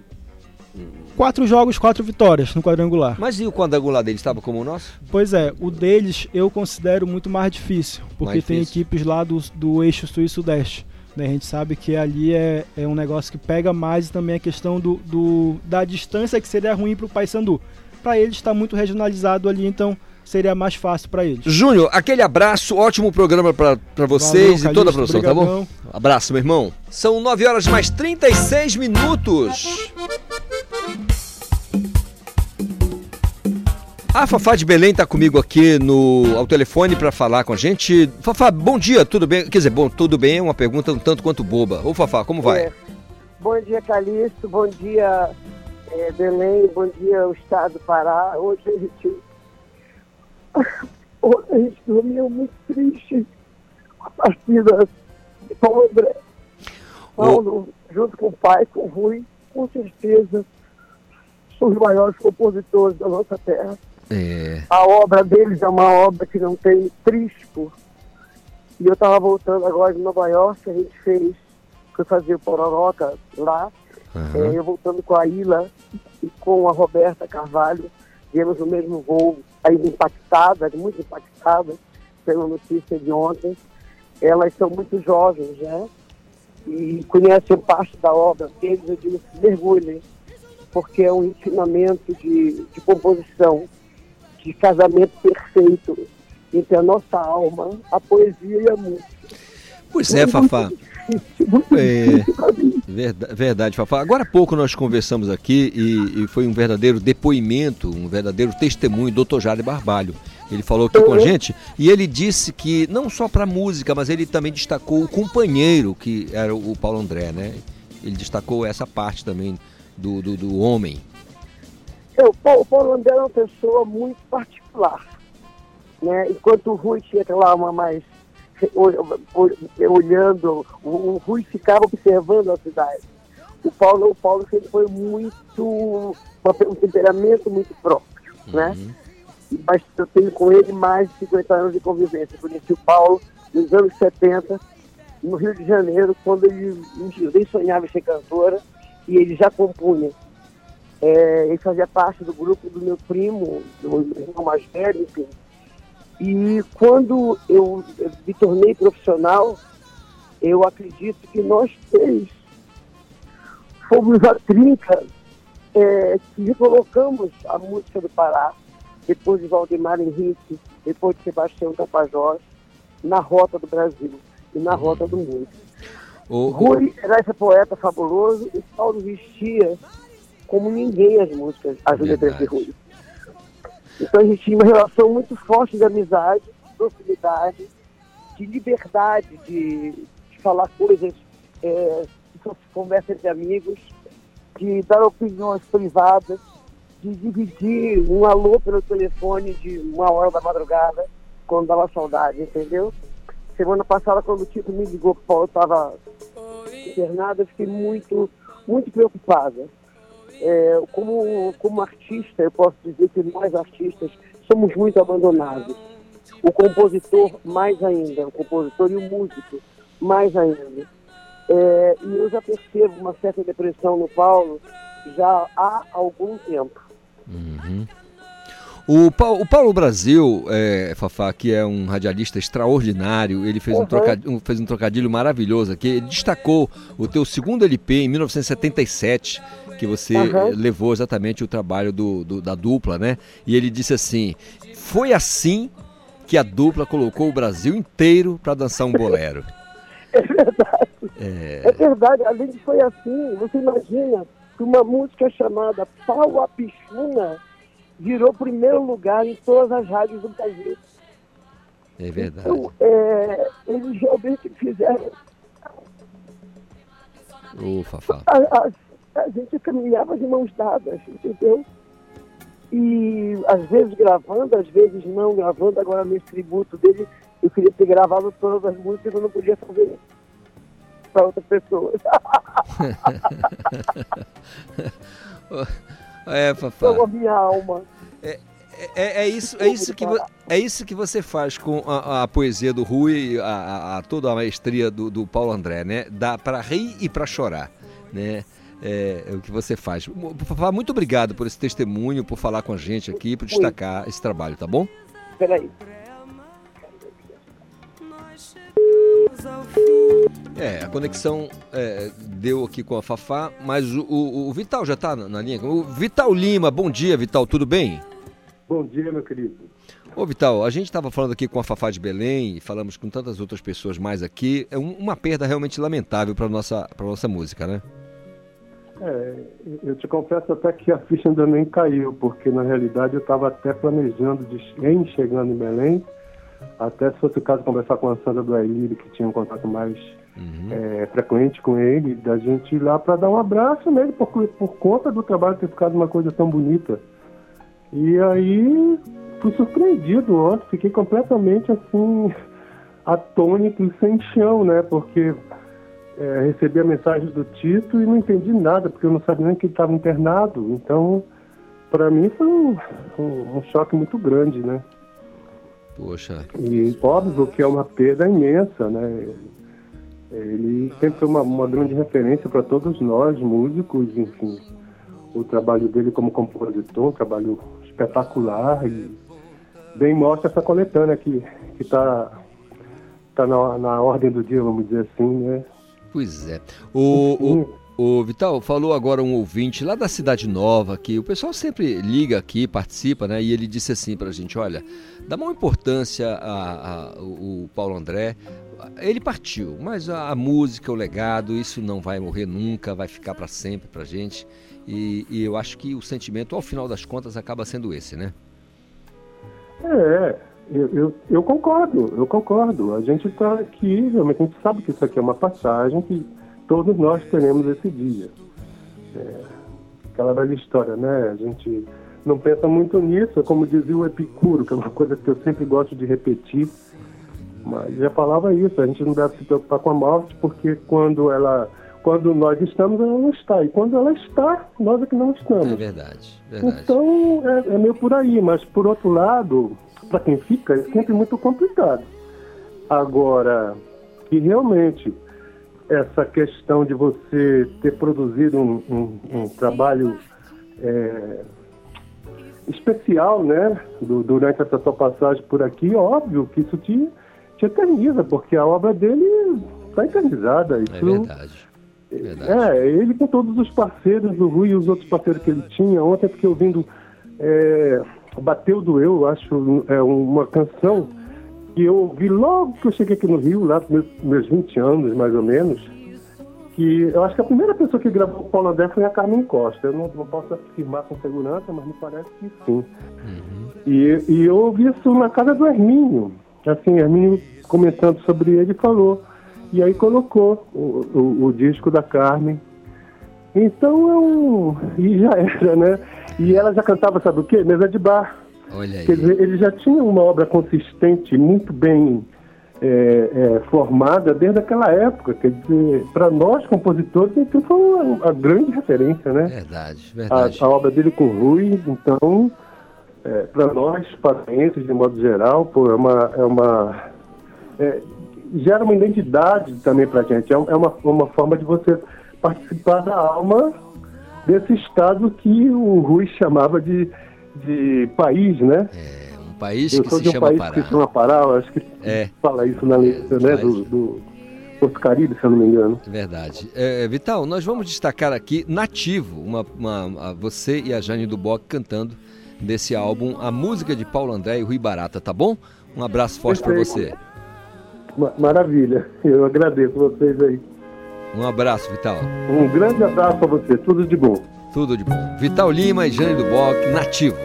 4 jogos, 4 vitórias no quadrangular. Mas e o quadrangular deles estava como o nosso? Pois é, o deles eu considero muito mais difícil, porque tem equipes lá do eixo sul e sudeste. Né? A gente sabe que ali é um negócio que pega mais e também a questão da distância que seria ruim para o Paysandu. Para eles está muito regionalizado ali, então seria mais fácil para eles. Júnior, aquele abraço, ótimo programa para vocês. Valeu, e toda a produção, brigadão. Tá bom? Abraço, meu irmão. São 9 horas mais 36 minutos. A Fafá de Belém está comigo aqui ao telefone para falar com a gente. Fafá, bom dia, tudo bem? Quer dizer, tudo bem é uma pergunta um tanto quanto boba. Ô Fafá, como vai? Bom dia, Calixto, bom dia Belém, bom dia, o estado do Pará. Hoje a gente dormiu muito triste com a partida de Paulo André. Paulo, junto com o pai, com o Rui, com certeza, são os maiores compositores da nossa terra. A obra deles é uma obra que não tem trístico. E eu estava voltando agora de Nova York, a gente foi fazer o Pororoca lá. Eu voltando com a Ila e com a Roberta Carvalho, viemos no mesmo voo, ainda impactadas, muito impactadas pela notícia de ontem. Elas são muito jovens, né? E conhecem parte da obra deles, eu digo, se mergulhem, porque é um ensinamento de composição, de casamento perfeito entre a nossa alma, a poesia e a música. Pois é, Fafá. Verdade, Fafá. Agora há pouco nós conversamos aqui e foi um verdadeiro depoimento, um verdadeiro testemunho do Dr. Jade Barbalho. Ele falou aqui com a gente e ele disse que não só para música, mas ele também destacou o companheiro, que era o Paulo André, né? Ele destacou essa parte também do homem. O Paulo André é uma pessoa muito particular, né? Enquanto o Rui tinha lá uma mais olhando, o Rui ficava observando a cidade. O Paulo sempre foi um temperamento muito próprio, né? Mas eu tenho com ele mais de 50 anos de convivência. Eu conheci o Paulo nos anos 70, no Rio de Janeiro, quando ele nem sonhava em ser cantora, e ele já compunha. Ele fazia parte do grupo do meu primo, do meu irmão mais velho, enfim. E quando eu me tornei profissional, eu acredito que nós três fomos a trinca que recolocamos a música do Pará, depois de Valdemar Henrique, depois de Sebastião Tapajós, na rota do Brasil e na rota do mundo. Rui era esse poeta fabuloso e Paulo vestia como ninguém as músicas, as letras de Rui. Então a gente tinha uma relação muito forte de amizade, de proximidade, de liberdade de falar coisas que só se conversa entre amigos, de dar opiniões privadas, de dividir um alô pelo telefone de 1h da madrugada, quando dava saudade, entendeu? Semana passada, quando o Tito me ligou que o Paulo estava internado, eu fiquei muito, muito preocupada. Como artista, eu posso dizer que nós artistas somos muito abandonados. O compositor mais ainda, o compositor e o músico mais ainda. E eu já percebo uma certa depressão no Paulo já há algum tempo. O Paulo Brasil, Fafá, que é um radialista extraordinário, ele fez um trocadilho maravilhoso aqui. Ele destacou o teu segundo LP em 1977, que você levou exatamente o trabalho da dupla, né? E ele disse assim: foi assim que a dupla colocou o Brasil inteiro para dançar um bolero. É verdade. É verdade. Além de foi assim, você imagina que uma música chamada Pau a Pichuna virou primeiro lugar em todas as rádios do Brasil. É verdade. Então, eles realmente fizeram. Fafá. A gente caminhava de mãos dadas, entendeu? E às vezes gravando, às vezes não gravando. Agora nesse tributo dele, eu queria ter gravado todas as músicas, eu não podia fazer isso para outras pessoas. Fafá. Pela minha alma. É isso que você faz com a poesia do Rui, toda a maestria do Paulo André, né? Dá para rir e para chorar, né? É o que você faz. Fafá, muito obrigado por esse testemunho, por falar com a gente aqui, por destacar esse trabalho, tá bom? Peraí. A conexão deu aqui com a Fafá, mas o Vital já está na linha. O Vital Lima, bom dia, Vital, tudo bem? Bom dia, meu querido. Ô, Vital, a gente estava falando aqui com a Fafá de Belém, falamos com tantas outras pessoas mais aqui, é uma perda realmente lamentável para nossa música, né? Eu te confesso até que a ficha ainda nem caiu, porque na realidade eu estava até planejando chegando em Belém, até se fosse o caso conversar com a Sandra do Ailírio, que tinha um contato mais frequente com ele, da gente ir lá para dar um abraço nele, por conta do trabalho ter ficado uma coisa tão bonita. E aí fui surpreendido ontem, fiquei completamente assim, atônito e sem chão, né? Porque recebi a mensagem do Tito e não entendi nada, porque eu não sabia nem que ele estava internado. Então, para mim foi um choque muito grande, né? Poxa. E óbvio que é uma perda imensa, né? Ele sempre foi uma grande referência para todos nós, músicos, enfim. O trabalho dele como compositor, um trabalho espetacular, e bem mostra essa coletânea que está na ordem do dia, vamos dizer assim, né? Pois é. O Vital, falou agora um ouvinte lá da Cidade Nova, que o pessoal sempre liga aqui, participa, né? E ele disse assim pra gente, olha, dá uma importância ao Paulo André. Ele partiu, mas a música, o legado, isso não vai morrer nunca, vai ficar para sempre pra gente. E eu acho que o sentimento, ao final das contas, acaba sendo esse, né? Eu concordo. A gente está aqui, realmente a gente sabe que isso aqui é uma passagem, que todos nós teremos esse dia. Aquela velha história, né? A gente não pensa muito nisso, como dizia o Epicuro, que é uma coisa que eu sempre gosto de repetir, mas já falava isso, a gente não deve se preocupar com a morte, porque quando nós estamos, ela não está, e quando ela está, nós é que não estamos. É verdade. Então, é meio por aí, mas por outro lado, para quem fica, é sempre muito complicado. Agora, que realmente essa questão de você ter produzido um trabalho especial, né, durante essa sua passagem por aqui, óbvio que isso te eterniza, porque a obra dele está eternizada. Isso, é verdade. Ele com todos os parceiros, o Rui e os outros parceiros que ele tinha. Ontem eu fiquei ouvindo Bateu Doeu, acho, uma canção que eu ouvi logo que eu cheguei aqui no Rio, lá com meus 20 anos, mais ou menos, que eu acho que a primeira pessoa que gravou o Paulo André foi a Carmen Costa. Eu não posso afirmar com segurança, mas me parece que sim. E eu ouvi isso na casa do Hermínio. Assim, Hermínio comentando sobre ele falou. E aí colocou o disco da Carmen. Então, e já era, né? E ela já cantava, sabe o quê? Mesa de bar. Olha aí. Quer dizer, ele já tinha uma obra consistente, muito bem formada desde aquela época. Quer dizer, para nós, compositores, então foi uma grande referência, né? Verdade. A obra dele com o Rui, então, para nós, paraenses, de modo geral, pô, gera uma identidade também pra gente. É uma forma de você participar da alma desse estado que o Rui chamava de país, né? Um país que se chama Pará. Eu sou de um país que se chama Pará, acho que fala isso na letra, né? Do Porto Caribe, se eu não me engano. Verdade. Vital, nós vamos destacar aqui Nativo, você e a Jane Duboc cantando desse álbum, a música de Paulo André e Rui Barata, tá bom? Um abraço forte para você. Maravilha, eu agradeço vocês aí. Um abraço, Vital. Um grande abraço para você, tudo de bom. Tudo de bom. Vital Lima e Jane Duboc, Nativo.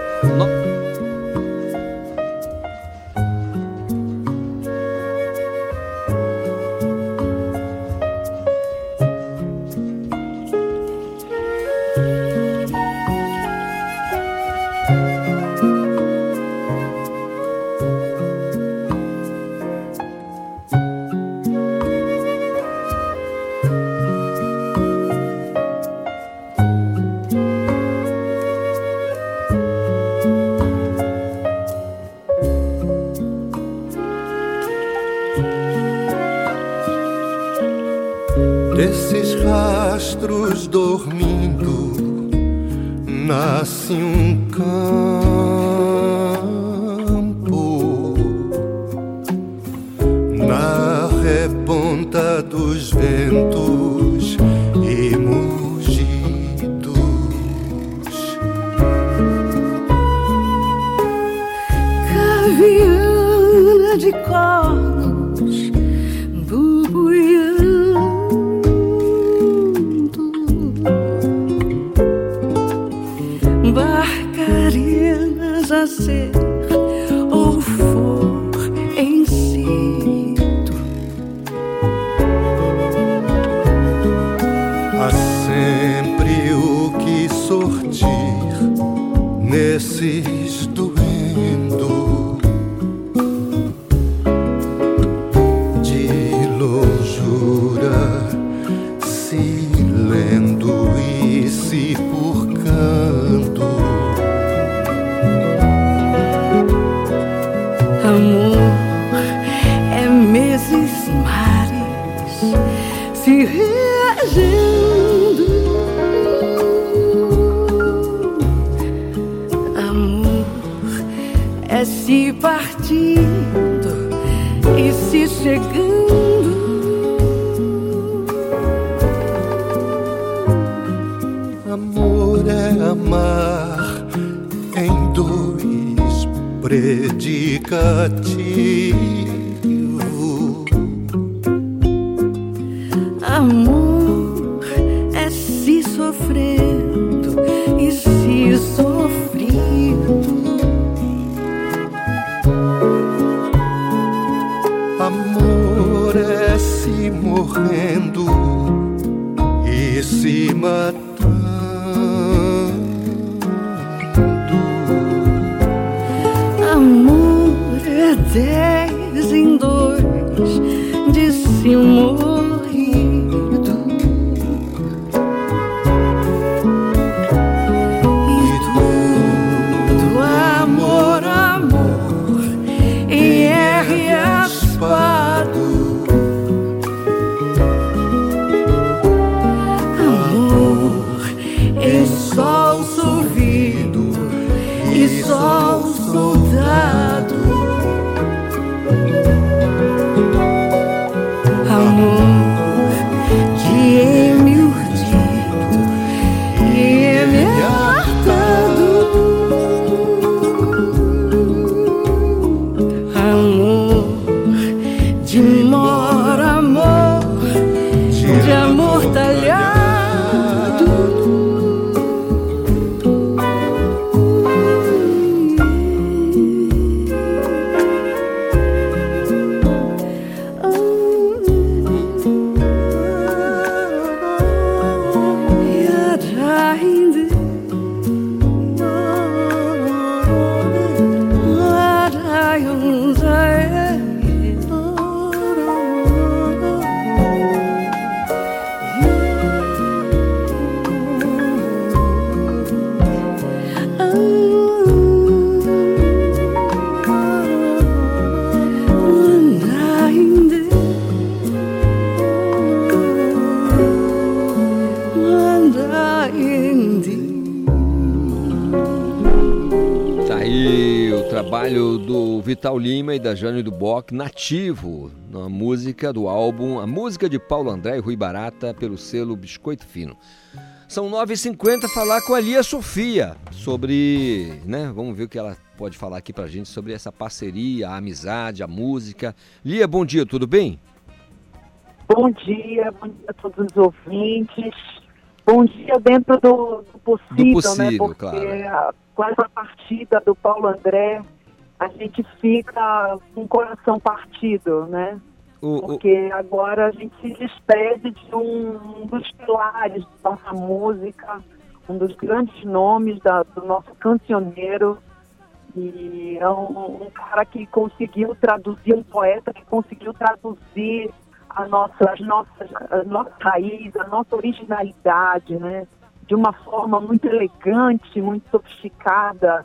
Desses rastros dormindo nasce um campo na reponta dos ventos e mugidos. Caviana de cornos bubuiando, barcarinas a ser ou for em situ. se regendo. Amor é se partindo e se chegando. Amor é amar em dois predicativos. Amor é se sofrendo e se sofrido. Amor é se morrendo e se matando. Amor é 10 em 2 de se morrido. E tudo amor, amor, e é raspado. Amor em sol solvido e sol soldado. Amor que é-me urdido e é-me hartado. Amor de mor, amor de amor talhado. Trabalho do Vital Lima e da Jane Duboc, Nativo, na música do álbum A Música de Paulo André e Rui Barata, pelo selo Biscoito Fino. São 9h50, falar com a Lia Sofia sobre, né, vamos ver o que ela pode falar aqui pra gente sobre essa parceria, a amizade, a música. Lia, bom dia, tudo bem? Bom dia a todos os ouvintes. Bom dia dentro do possível, né? Porque claro. Quase a partida do Paulo André, a gente fica com o coração partido, né? Porque agora a gente se despede de um dos pilares da nossa música, um dos grandes nomes do nosso cancioneiro. E é um cara que conseguiu traduzir, um poeta que conseguiu traduzir as nossas raízes, a nossa originalidade, né? De uma forma muito elegante, muito sofisticada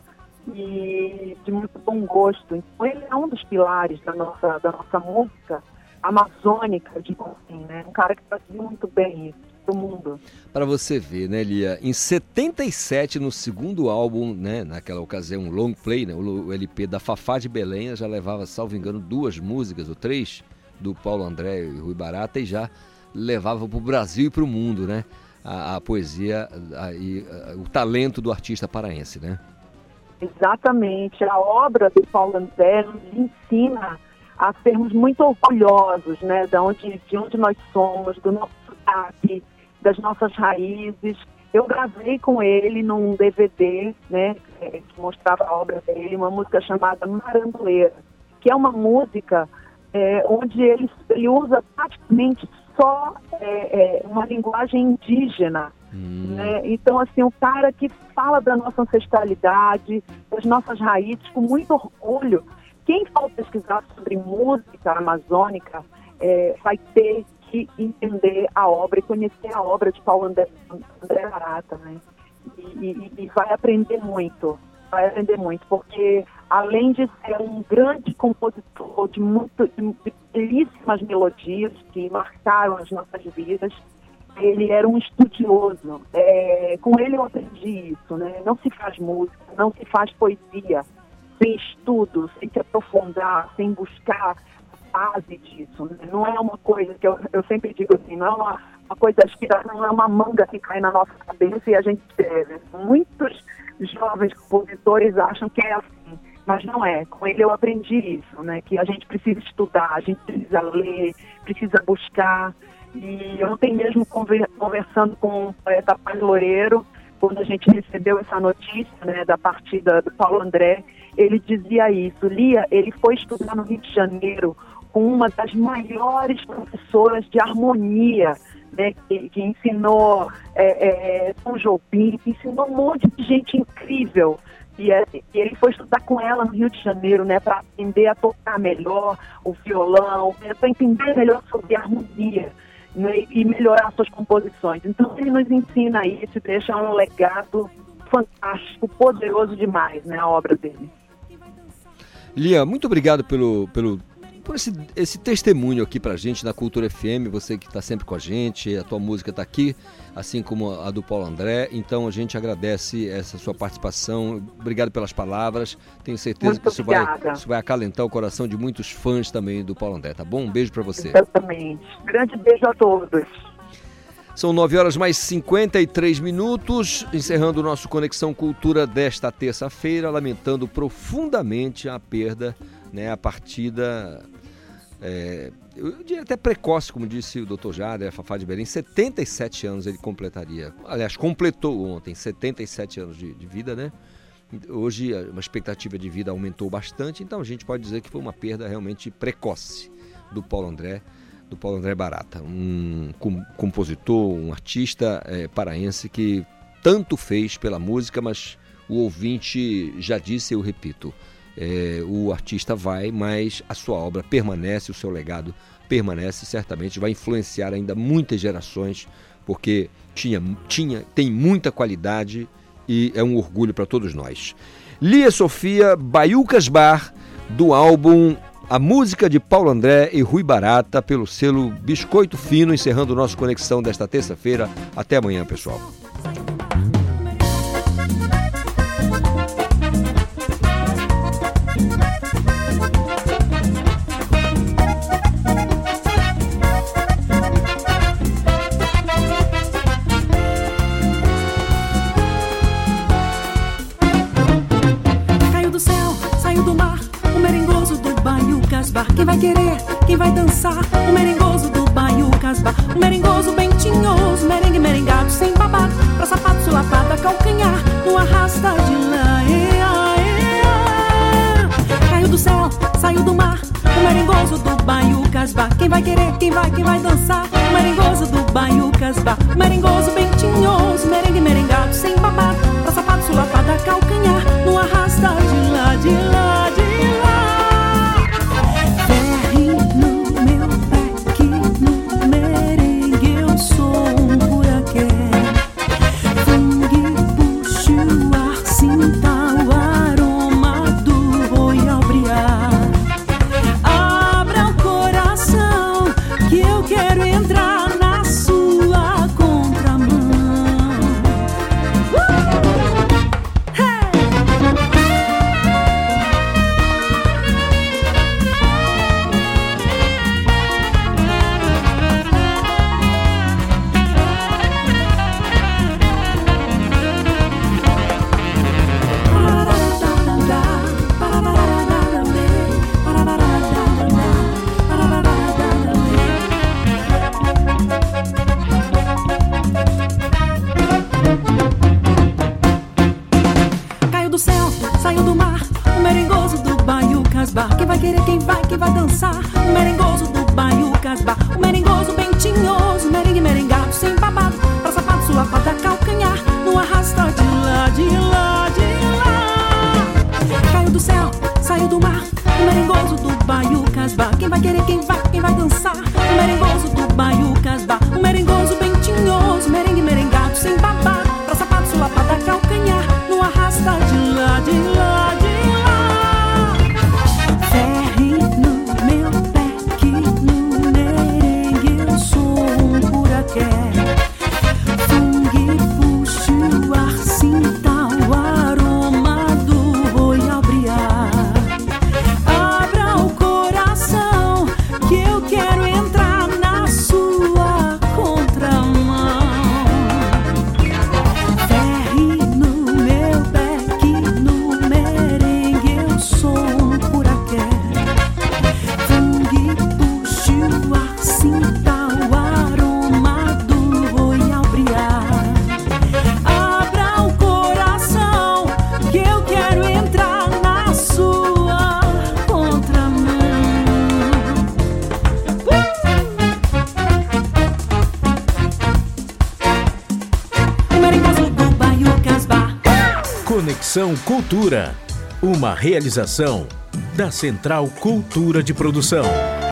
e de muito bom gosto. Então ele é um dos pilares da nossa música amazônica, digo assim, né? Um cara que traduziu muito bem isso pro mundo. Para você ver, né, Lia, em 77, no segundo álbum, né, naquela ocasião, um long play, né, o LP da Fafá de Belém, já levava, salvo engano, 2 músicas ou 3 do Paulo André e Rui Barata e já levava pro Brasil e pro mundo, né? A poesia e o talento do artista paraense, né? Exatamente. A obra do Paulo André nos ensina a sermos muito orgulhosos, né? De onde nós somos, do nosso sotaque, das nossas raízes. Eu gravei com ele num DVD, né? Que mostrava a obra dele, uma música chamada Maranduleira, que é uma música onde ele usa praticamente só uma linguagem indígena, né? Então, assim, um cara que fala da nossa ancestralidade, das nossas raízes, com muito orgulho. Quem for pesquisar sobre música amazônica vai ter que entender a obra e conhecer a obra de Paulo André Barata, né? E vai aprender muito. vai aprender muito, porque além de ser um grande compositor de belíssimas melodias que marcaram as nossas vidas, ele era um estudioso. Com ele eu aprendi isso, né? Não se faz música, não se faz poesia sem estudo, sem se aprofundar, sem buscar a base disso, né? Não é uma coisa que eu sempre digo assim, não é uma coisa aspirada, não é uma manga que cai na nossa cabeça e a gente escreve. Muitos jovens compositores acham que é assim, mas não é. Com ele eu aprendi isso, né? Que a gente precisa estudar, a gente precisa ler, precisa buscar. E ontem mesmo conversando com o poeta Paz Loureiro, quando a gente recebeu essa notícia, né, da partida do Paulo André, ele dizia isso. Lia, ele foi estudar no Rio de Janeiro com uma das maiores professoras de harmonia, né, que ensinou Tom Jobim, que ensinou um monte de gente incrível. E ele foi estudar com ela no Rio de Janeiro, né, para aprender a tocar melhor o violão, para entender melhor sobre harmonia, né, e melhorar suas composições. Então ele nos ensina isso, deixa um legado fantástico, poderoso demais, né, a obra dele. Lia, muito obrigado por esse testemunho aqui pra gente na Cultura FM, você que está sempre com a gente, a tua música está aqui, assim como a do Paulo André, então a gente agradece essa sua participação, obrigado pelas palavras, tenho certeza muito que isso vai acalentar o coração de muitos fãs também do Paulo André, tá bom? Um beijo para você. Exatamente, grande beijo a todos. São 9h mais 53 minutos, encerrando o nosso Conexão Cultura desta terça-feira, lamentando profundamente a perda, né, a partida, eu diria até precoce, como disse o Dr. Jader, a Fafá de Belém, 77 anos ele completaria, aliás, completou ontem, 77 anos de vida, né? Hoje a expectativa de vida aumentou bastante, então a gente pode dizer que foi uma perda realmente precoce do Paulo André Barata, um compositor, um artista paraense que tanto fez pela música, mas o ouvinte já disse, eu repito, o artista vai, mas a sua obra permanece, o seu legado permanece, certamente vai influenciar ainda muitas gerações, porque tem muita qualidade e é um orgulho para todos nós. Lia Sofia, Baiucas Bar, do álbum A Música de Paulo André e Rui Barata, pelo selo Biscoito Fino, encerrando o nosso Conexão desta terça-feira. Até amanhã, pessoal. Quem vai querer, quem vai dançar, o merengoso do Baiucas Bar. O merengoso bem tinhoso, merengue merengado sem babado, pra sapato sulapada, calcanhar, no arrasta de lá. Caiu do céu, saiu do mar, o merengoso do Baiucas Bar. Quem vai querer, quem vai dançar, o merengoso do Baiucas Bar. O merengoso bem tinhoso, merengue merengado sem babado, pra sapato sulapada, calcanhar, no arrasta de lá, de lá, de lá. Quem vai querer, quem vai dançar, o merengoso do Baiucas Bar. O merengoso bem tinhoso, merengue merengado sem babado, pra sapato sulapada, calcanhar, no arrasta de lá, de lá, de lá. Caiu do céu, saiu do mar, o merengoso do Baiucas Bar. Quem vai querer, quem vai dançar, o merengoso do Baiucas Bar. O merengoso bem tinhoso, merengue merengado sem babado, pra sapato sulapada, calcanhar, no arrasta de lá, de lá. Conexão Cultura, uma realização da Central Cultura de Produção.